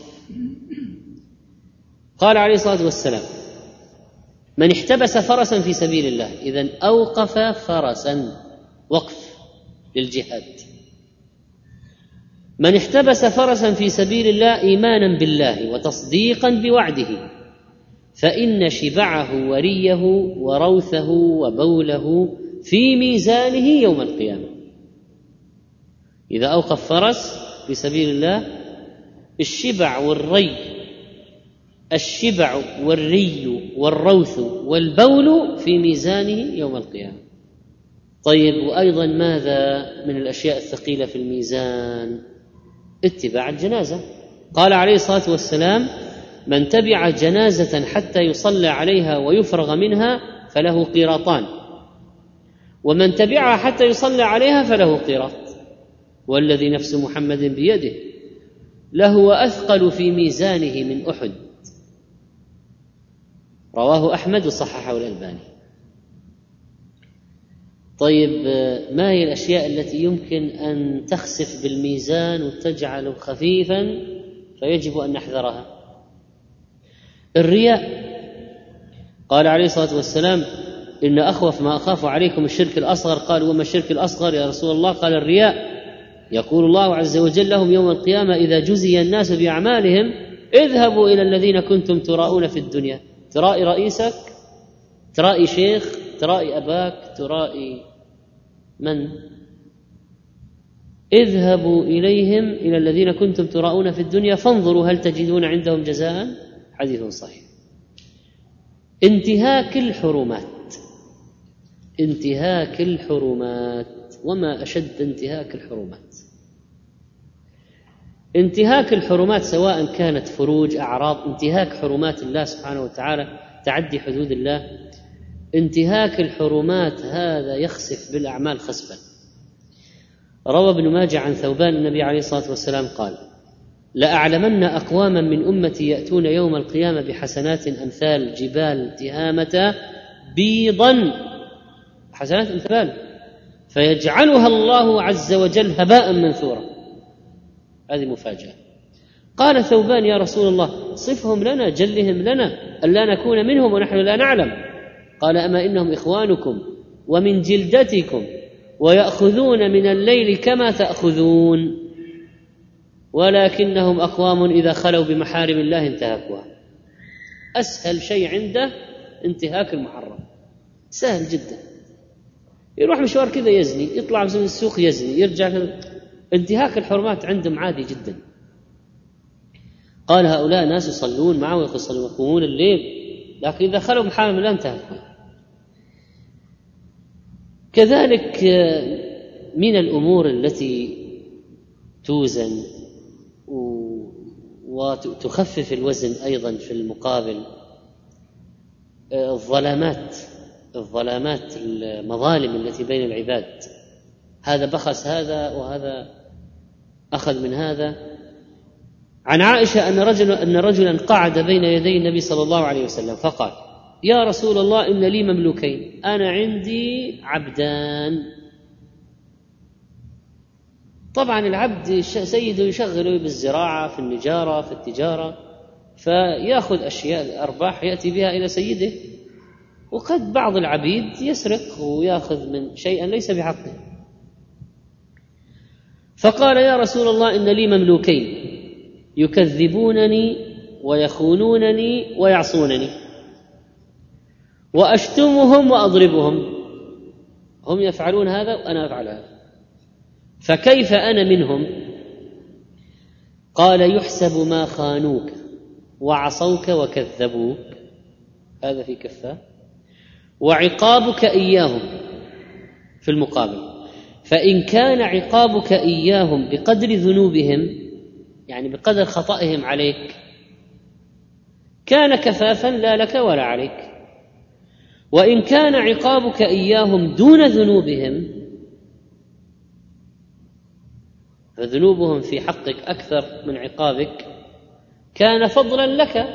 قال عليه الصلاة والسلام من احتبس فرسا في سبيل الله، إذن أوقف فرسا، وقف للجهاد. من احتبس فرسا في سبيل الله إيمانا بالله وتصديقا بوعده فإن شبعه وريه وروثه وبوله في ميزانه يوم القيامة. إذا أوقف فرس في سبيل الله الشبع والري الشبع والري والروث والبول في ميزانه يوم القيامة. طيب وأيضا ماذا من الأشياء الثقيلة في الميزان؟ اتباع الجنازة. قال عليه الصلاة والسلام من تبع جنازة حتى يصلى عليها ويفرغ منها فله قيراطان، ومن تبعها حتى يصلى عليها فله قيراط، والذي نفس محمد بيده لهو أثقل في ميزانه من أحد. رواه أحمد وصححه الألباني. طيب ما هي الأشياء التي يمكن أن تخسف بالميزان وتجعله خفيفا فيجب أن نحذرها؟ الرياء. قال عليه الصلاة والسلام إن أخوف ما أخاف عليكم الشرك الأصغر. قال وما الشرك الأصغر يا رسول الله؟ قال الرياء. يقول الله عز وجل لهم يوم القيامة إذا جزي الناس بأعمالهم اذهبوا إلى الذين كنتم تراؤون في الدنيا. ترائي رئيسك، ترائي شيخ، ترائي أباك، ترائي من؟ اذهبوا إليهم إلى الذين كنتم تراؤون في الدنيا فانظروا هل تجدون عندهم جزاء. حديث صحيح. انتهاك الحرمات، انتهاك الحرمات، وما أشد انتهاك الحرمات. انتهاك الحرمات سواء كانت فروج، أعراض، انتهاك حرمات الله سبحانه وتعالى، تعدي حدود الله. انتهاك الحرمات هذا يخسف بالأعمال خسفا. روى ابن ماجه عن ثوبان النبي عليه الصلاة والسلام قال لأعلمن أقواما من أمتي يأتون يوم القيامة بحسنات أمثال جبال تهامة بيضا، حسنات أمثال، فيجعلها الله عز وجل هباء منثورا. هذه مفاجأة. قال ثوبان يا رسول الله صفهم لنا، جلهم لنا ألا نكون منهم ونحن لا نعلم. قال أما إنهم إخوانكم ومن جلدتكم ويأخذون من الليل كما تأخذون، ولكنهم أقوام إذا خلوا بمحارم الله انتهكوها. أسهل شيء عنده انتهاك المحرم، سهل جدا. يروح مشوار كذا يزني، يطلع من السوق يزني، يرجع كذا. انتهاك الحرمات عندهم عادي جدا. قال هؤلاء ناس يصلون معه ويقومون الليل، لكن إذا خلوا بمحارم الله انتهكوها. كذلك من الأمور التي توزن وتخفف الوزن أيضا في المقابل الظلامات، الظلامات المظالم التي بين العباد، هذا بخس هذا وهذا أخذ من هذا. عن عائشة أن رجلا أن رجلا قعد بين يدي النبي صلى الله عليه وسلم فقال يا رسول الله إن لي مملوكين، أنا عندي عبدان. طبعا العبد سيده يشغله بالزراعة، في النجارة، في التجارة، فيأخذ أشياء أرباح يأتي بها إلى سيده. وقد بعض العبيد يسرق ويأخذ من شيئا ليس بحقه. فقال يا رسول الله إن لي مملوكين يكذبونني ويخونونني ويعصونني وأشتمهم وأضربهم، هم يفعلون هذا وأنا أفعل هذا، فكيف أنا منهم؟ قال يحسب ما خانوك وعصوك وكذبوك، هذا في كفة، وعقابك إياهم في المقابل، فإن كان عقابك إياهم بقدر ذنوبهم يعني بقدر خطئهم عليك كان كفافا لا لك ولا عليك، وإن كان عقابك إياهم دون ذنوبهم فذنوبهم في حقك أكثر من عقابك كان فضلا لك،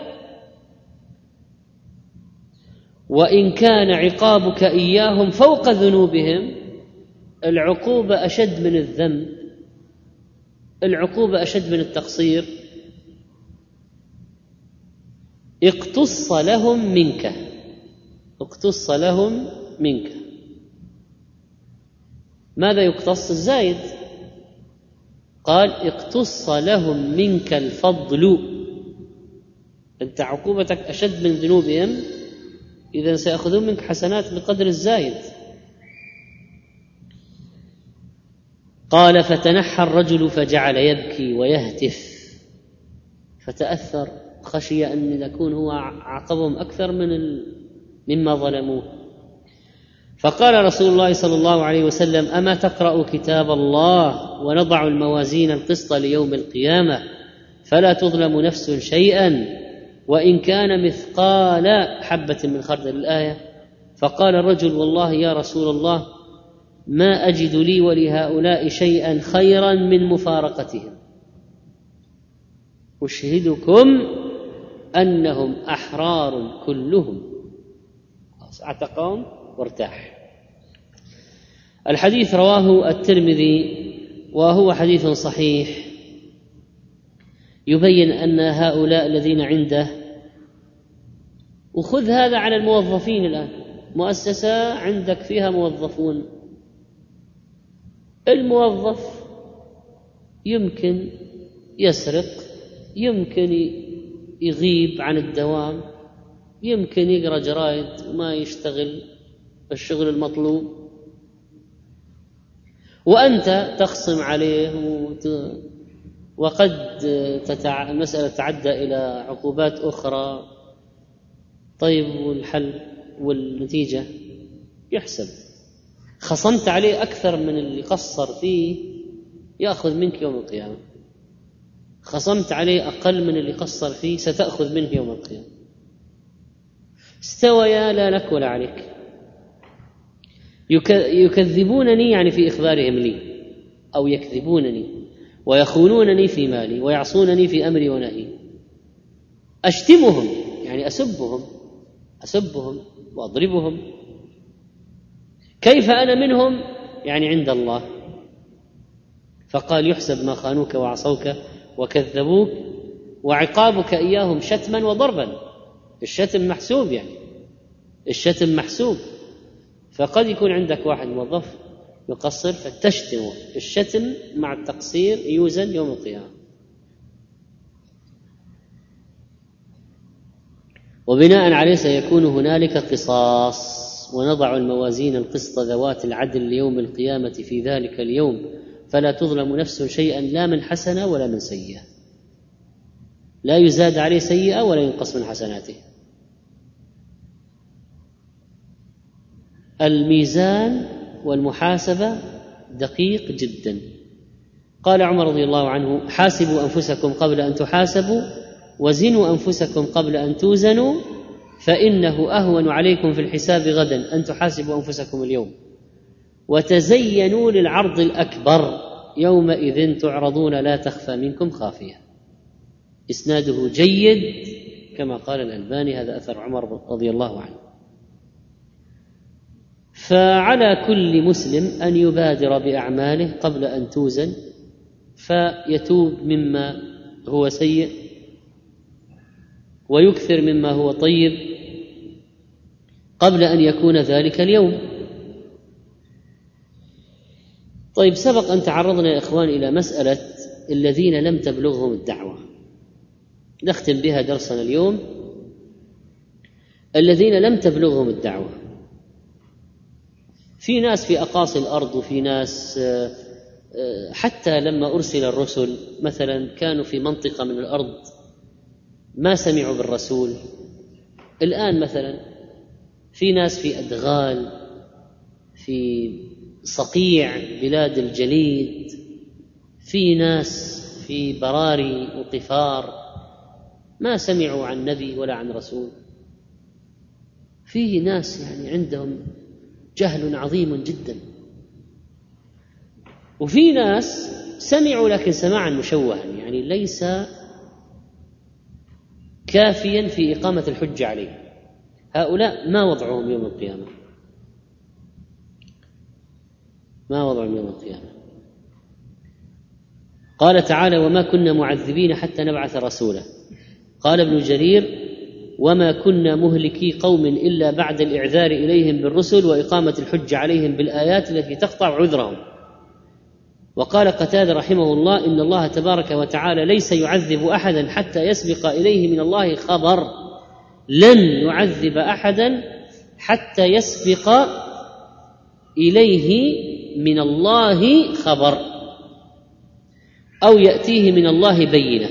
وإن كان عقابك إياهم فوق ذنوبهم العقوبة أشد من الذنب، العقوبة أشد من التقصير، اقتص لهم منك، اقتص لهم منك. ماذا يقتص؟ الزايد. قال اقتص لهم منك الفضل، أنت عقوبتك أشد من ذنوبهم، إذن سيأخذون منك حسنات بقدر الزايد. قال فتنحى الرجل فجعل يبكي ويهتف، فتأثر، خشي أن يكون هو عاقبهم أكثر من ال... مما ظلموه. فقال رسول الله صلى الله عليه وسلم أما تقرأ كتاب الله ونضع الموازين القسط ليوم القيامة فلا تظلم نفس شيئا وإن كان مثقال حبة من خردل، الآية. فقال الرجل والله يا رسول الله ما أجد لي ولهؤلاء شيئا خيرا من مفارقتهم، أشهدكم أنهم أحرار كلهم، اعتقهم وارتاح. الحديث رواه الترمذي وهو حديث صحيح، يبين أن هؤلاء الذين عنده، وخذ هذا على الموظفين الآن، مؤسسة عندك فيها موظفون، الموظف يمكن يسرق، يمكن يغيب عن الدوام، يمكن يقرأ جرائد وما يشتغل الشغل المطلوب، وأنت تخصم عليه وت... وقد تتع... المسألة تتعدى إلى عقوبات أخرى. طيب والحل والنتيجة؟ يحسب، خصمت عليه أكثر من اللي قصر فيه يأخذ منك يوم القيامة، خصمت عليه أقل من اللي قصر فيه ستأخذ منه يوم القيامة. استويا لا لك ولا عليك. يكذبونني يعني في إخبارهم لي، أو يكذبونني ويخونونني في مالي ويعصونني في أمري ونهي. أشتمهم يعني أسبهم أسبهم وأضربهم. كيف أنا منهم؟ يعني عند الله. فقال يحسب ما خانوك وعصوك وكذبوك وعقابك إياهم شتما وضربا. الشتم محسوب، يعني الشتم محسوب، فقد يكون عندك واحد موظف يقصر فتشتمه، الشتم مع التقصير يوزن يوم القيامة. وبناء عليه سيكون هنالك قصاص، ونضع الموازين القسط ذوات العدل ليوم القيامة في ذلك اليوم فلا تظلم نفس شيئا لا من حسنة ولا من سيئة، لا يزاد عليه سيئة ولا ينقص من حسناته. الميزان والمحاسبة دقيق جدا. قال عمر رضي الله عنه حاسبوا أنفسكم قبل أن تحاسبوا وزنوا أنفسكم قبل أن توزنوا فإنه أهون عليكم في الحساب غدا أن تحاسبوا أنفسكم اليوم وتزينوا للعرض الأكبر يومئذ تعرضون لا تخفى منكم خافية. إسناده جيد كما قال الألباني، هذا أثر عمر رضي الله عنه. فعلى كل مسلم أن يبادر بأعماله قبل أن توزن فيتوب مما هو سيء ويكثر مما هو طيب قبل أن يكون ذلك اليوم. طيب، سبق أن تعرضنا يا إخوان إلى مسألة الذين لم تبلغهم الدعوة، نختم بها درسنا اليوم. الذين لم تبلغهم الدعوة، في ناس في أقاصي الأرض، وفي ناس حتى لما أرسل الرسل مثلا كانوا في منطقة من الأرض ما سمعوا بالرسول. الآن مثلا في ناس في أدغال، في صقيع بلاد الجليد، في ناس في براري وقفار ما سمعوا عن نبي ولا عن رسول. في ناس يعني عندهم جهل عظيم جدا، وفي ناس سمعوا لكن سماعا مشوها، يعني ليس كافيا في إقامة الحجة عليه. هؤلاء ما وضعهم يوم القيامة، ما وضعهم يوم القيامة. قال تعالى: وما كنا معذبين حتى نبعث رسولا. قال ابن جرير: وما كنا مهلكي قوم إلا بعد الإعذار إليهم بالرسل وإقامة الحج عليهم بالآيات التي تقطع عذرهم. وقال قتادة رحمه الله: إن الله تبارك وتعالى ليس يعذب أحدا حتى يسبق إليه من الله خبر. لن يعذب أحدا حتى يسبق إليه من الله خبر أو يأتيه من الله بينة.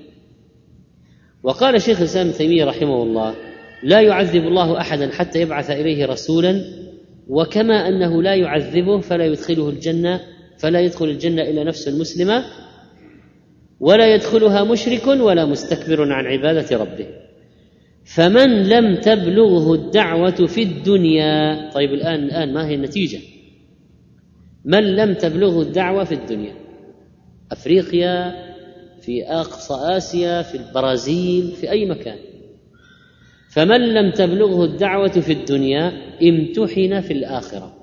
وقال شيخ الإسلام ابن تيمية رحمه الله: لا يعذب الله أحدا حتى يبعث إليه رسولا، وكما أنه لا يعذبه فلا يدخله الجنة، فلا يدخل الجنة إلا نفس مسلمة، ولا يدخلها مشرك ولا مستكبر عن عبادة ربه. فمن لم تبلغه الدعوة في الدنيا، طيب الآن الآن ما هي النتيجة؟ من لم تبلغه الدعوة في الدنيا، أفريقيا، في أقصى آسيا، في البرازيل، في أي مكان، فمن لم تبلغه الدعوة في الدنيا امتحن في الآخرة،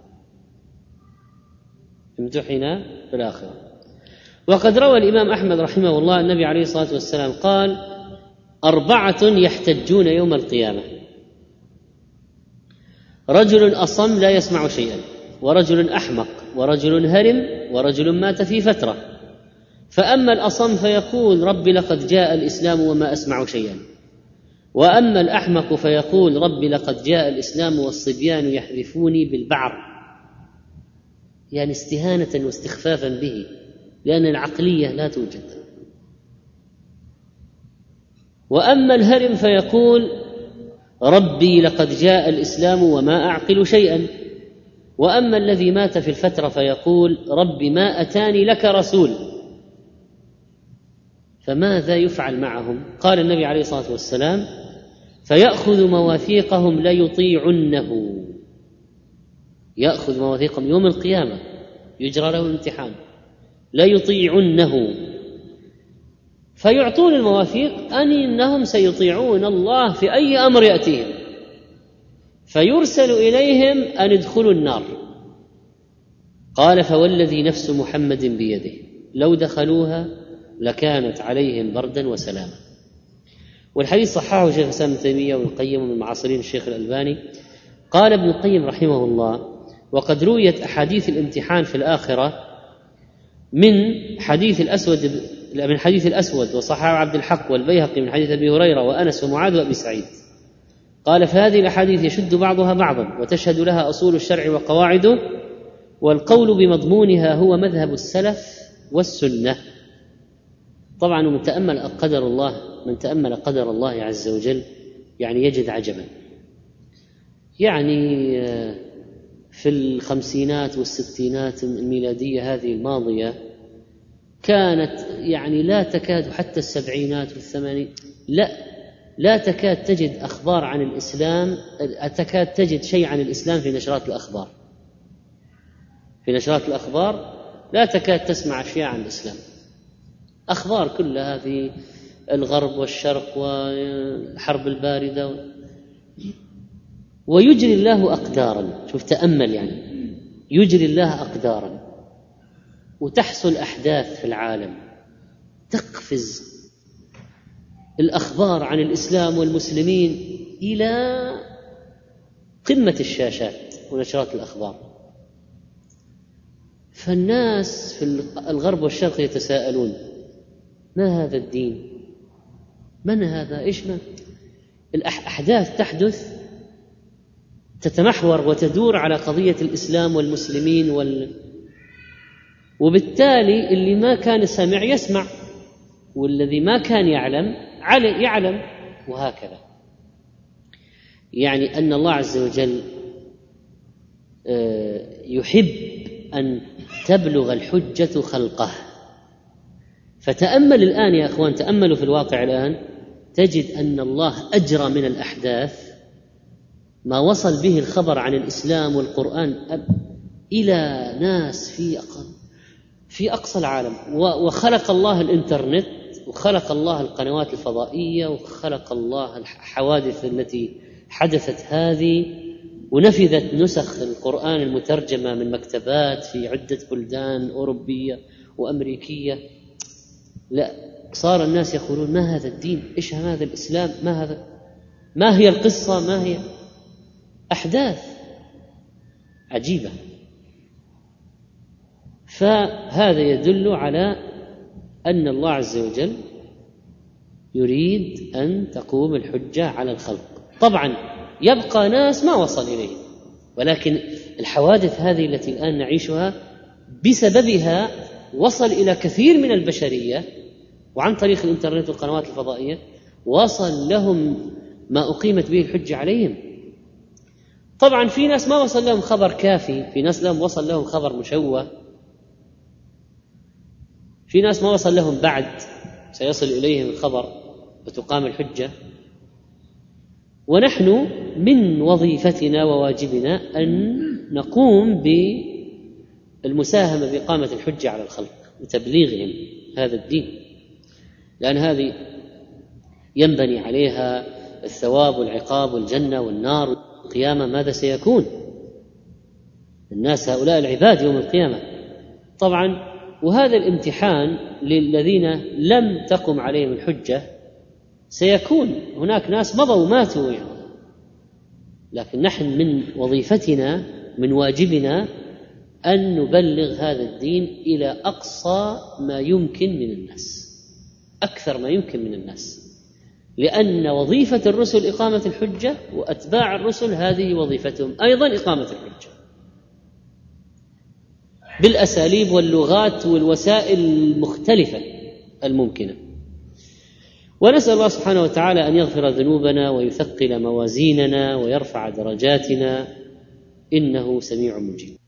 امتحن في الآخرة. وقد روى الإمام أحمد رحمه الله النبي عليه الصلاة والسلام قال: أربعة يحتجون يوم القيامة: رجل أصم لا يسمع شيئا، ورجل أحمق، ورجل هرم، ورجل مات في فترة. فأما الأصم فيقول: رب لقد جاء الإسلام وما أسمع شيئا. وأما الأحمق فيقول: رب لقد جاء الإسلام والصبيان يحذفوني بالبعر، يعني استهانة واستخفافا به، لأن العقلية لا توجد. وأما الهرم فيقول: ربي لقد جاء الإسلام وما أعقل شيئا. وأما الذي مات في الفترة فيقول: ربي ما أتاني لك رسول. فماذا يفعل معهم؟ قال النبي عليه الصلاة والسلام: فيأخذ مواثيقهم ليطيعنه. يأخذ مواثيقهم يوم القيامة، يجرى له امتحان، ليطيعنه. فيعطون المواثيق أن إنهم سيطيعون الله في أي أمر يأتيهم، فيرسل إليهم أن ادخلوا النار. قال: فوالذي نفس محمد بيده لو دخلوها لكانت عليهم بردا وسلاما. والحديث صححه شيخ الإسلام ابن تيمية وابن القيم من معاصرين الشيخ الألباني. قال ابن القيم رحمه الله: وقد رويت أحاديث الامتحان في الآخرة من حديث الأسود من حديث الأسود وصححه عبد الحق والبيهقي من حديث أبي هريرة وأنس ومعاذ وأبي سعيد. قال: فهذه الأحاديث يشد بعضها بعضا وتشهد لها أصول الشرع وقواعده، والقول بمضمونها هو مذهب السلف والسنة. طبعا من تأمل قدر الله من تأمل قدر الله عز وجل يعني يجد عجبا. يعني في الخمسينات والستينات الميلادية هذه الماضية كانت يعني لا تكاد، حتى السبعينات والثمانين، لا لا تكاد تجد أخبار عن الإسلام، تكاد تجد شيء عن الإسلام في نشرات الأخبار. في نشرات الأخبار لا تكاد تسمع أشياء عن الإسلام، أخبار كلها في الغرب والشرق والحرب الباردة. ويجري الله أقدارا، شوف تأمل، يعني يجري الله أقدارا وتحصل أحداث في العالم تقفز الأخبار عن الإسلام والمسلمين إلى قمة الشاشات ونشرات الأخبار. فالناس في الغرب والشرق يتساءلون: ما هذا الدين؟ من هذا؟ إيش ما الأحداث تحدث تتمحور وتدور على قضية الإسلام والمسلمين وال... وبالتالي اللي ما كان سامع يسمع، والذي ما كان يعلم يعلم، وهكذا. يعني أن الله عز وجل يحب أن تبلغ الحجة خلقه. فتأمل الآن يا أخوان، تأملوا في الواقع الآن، تجد أن الله أجرى من الأحداث ما وصل به الخبر عن الإسلام والقرآن إلى ناس في في أقصى العالم. وخلق الله الإنترنت، وخلق الله القنوات الفضائية، وخلق الله الحوادث التي حدثت هذه، ونفذت نسخ القرآن المترجمة من مكتبات في عدة بلدان أوروبية وأمريكية. لا، صار الناس يقولون: ما هذا الدين؟ إيش هذا الإسلام؟ ما هذا؟ ما هي القصة؟ ما هي؟ أحداث عجيبة. فهذا يدل على أن الله عز وجل يريد أن تقوم الحجة على الخلق. طبعا يبقى ناس ما وصل إليه، ولكن الحوادث هذه التي الآن نعيشها بسببها وصل إلى كثير من البشرية، وعن طريق الإنترنت والقنوات الفضائية وصل لهم ما أقيمت به الحجة عليهم. طبعا في ناس ما وصل لهم خبر كافي، في ناس لهم وصل لهم خبر مشوه، في ناس ما وصل لهم بعد سيصل إليهم الخبر وتقام الحجة. ونحن من وظيفتنا وواجبنا أن نقوم بالمساهمة بإقامة الحجة على الخلق وتبليغهم هذا الدين، لأن هذه ينبني عليها الثواب والعقاب والجنة والنار والقيامة. ماذا سيكون الناس هؤلاء العباد يوم القيامة؟ طبعا وهذا الامتحان للذين لم تقم عليهم الحجة سيكون هناك ناس مضوا وماتوا يعني. لكن نحن من وظيفتنا، من واجبنا أن نبلغ هذا الدين إلى أقصى ما يمكن من الناس، أكثر ما يمكن من الناس، لأن وظيفة الرسل إقامة الحجة، وأتباع الرسل هذه وظيفتهم أيضا إقامة الحجة بالأساليب واللغات والوسائل المختلفة الممكنة. ونسأل الله سبحانه وتعالى أن يغفر ذنوبنا ويثقل موازيننا ويرفع درجاتنا، إنه سميع مجيب.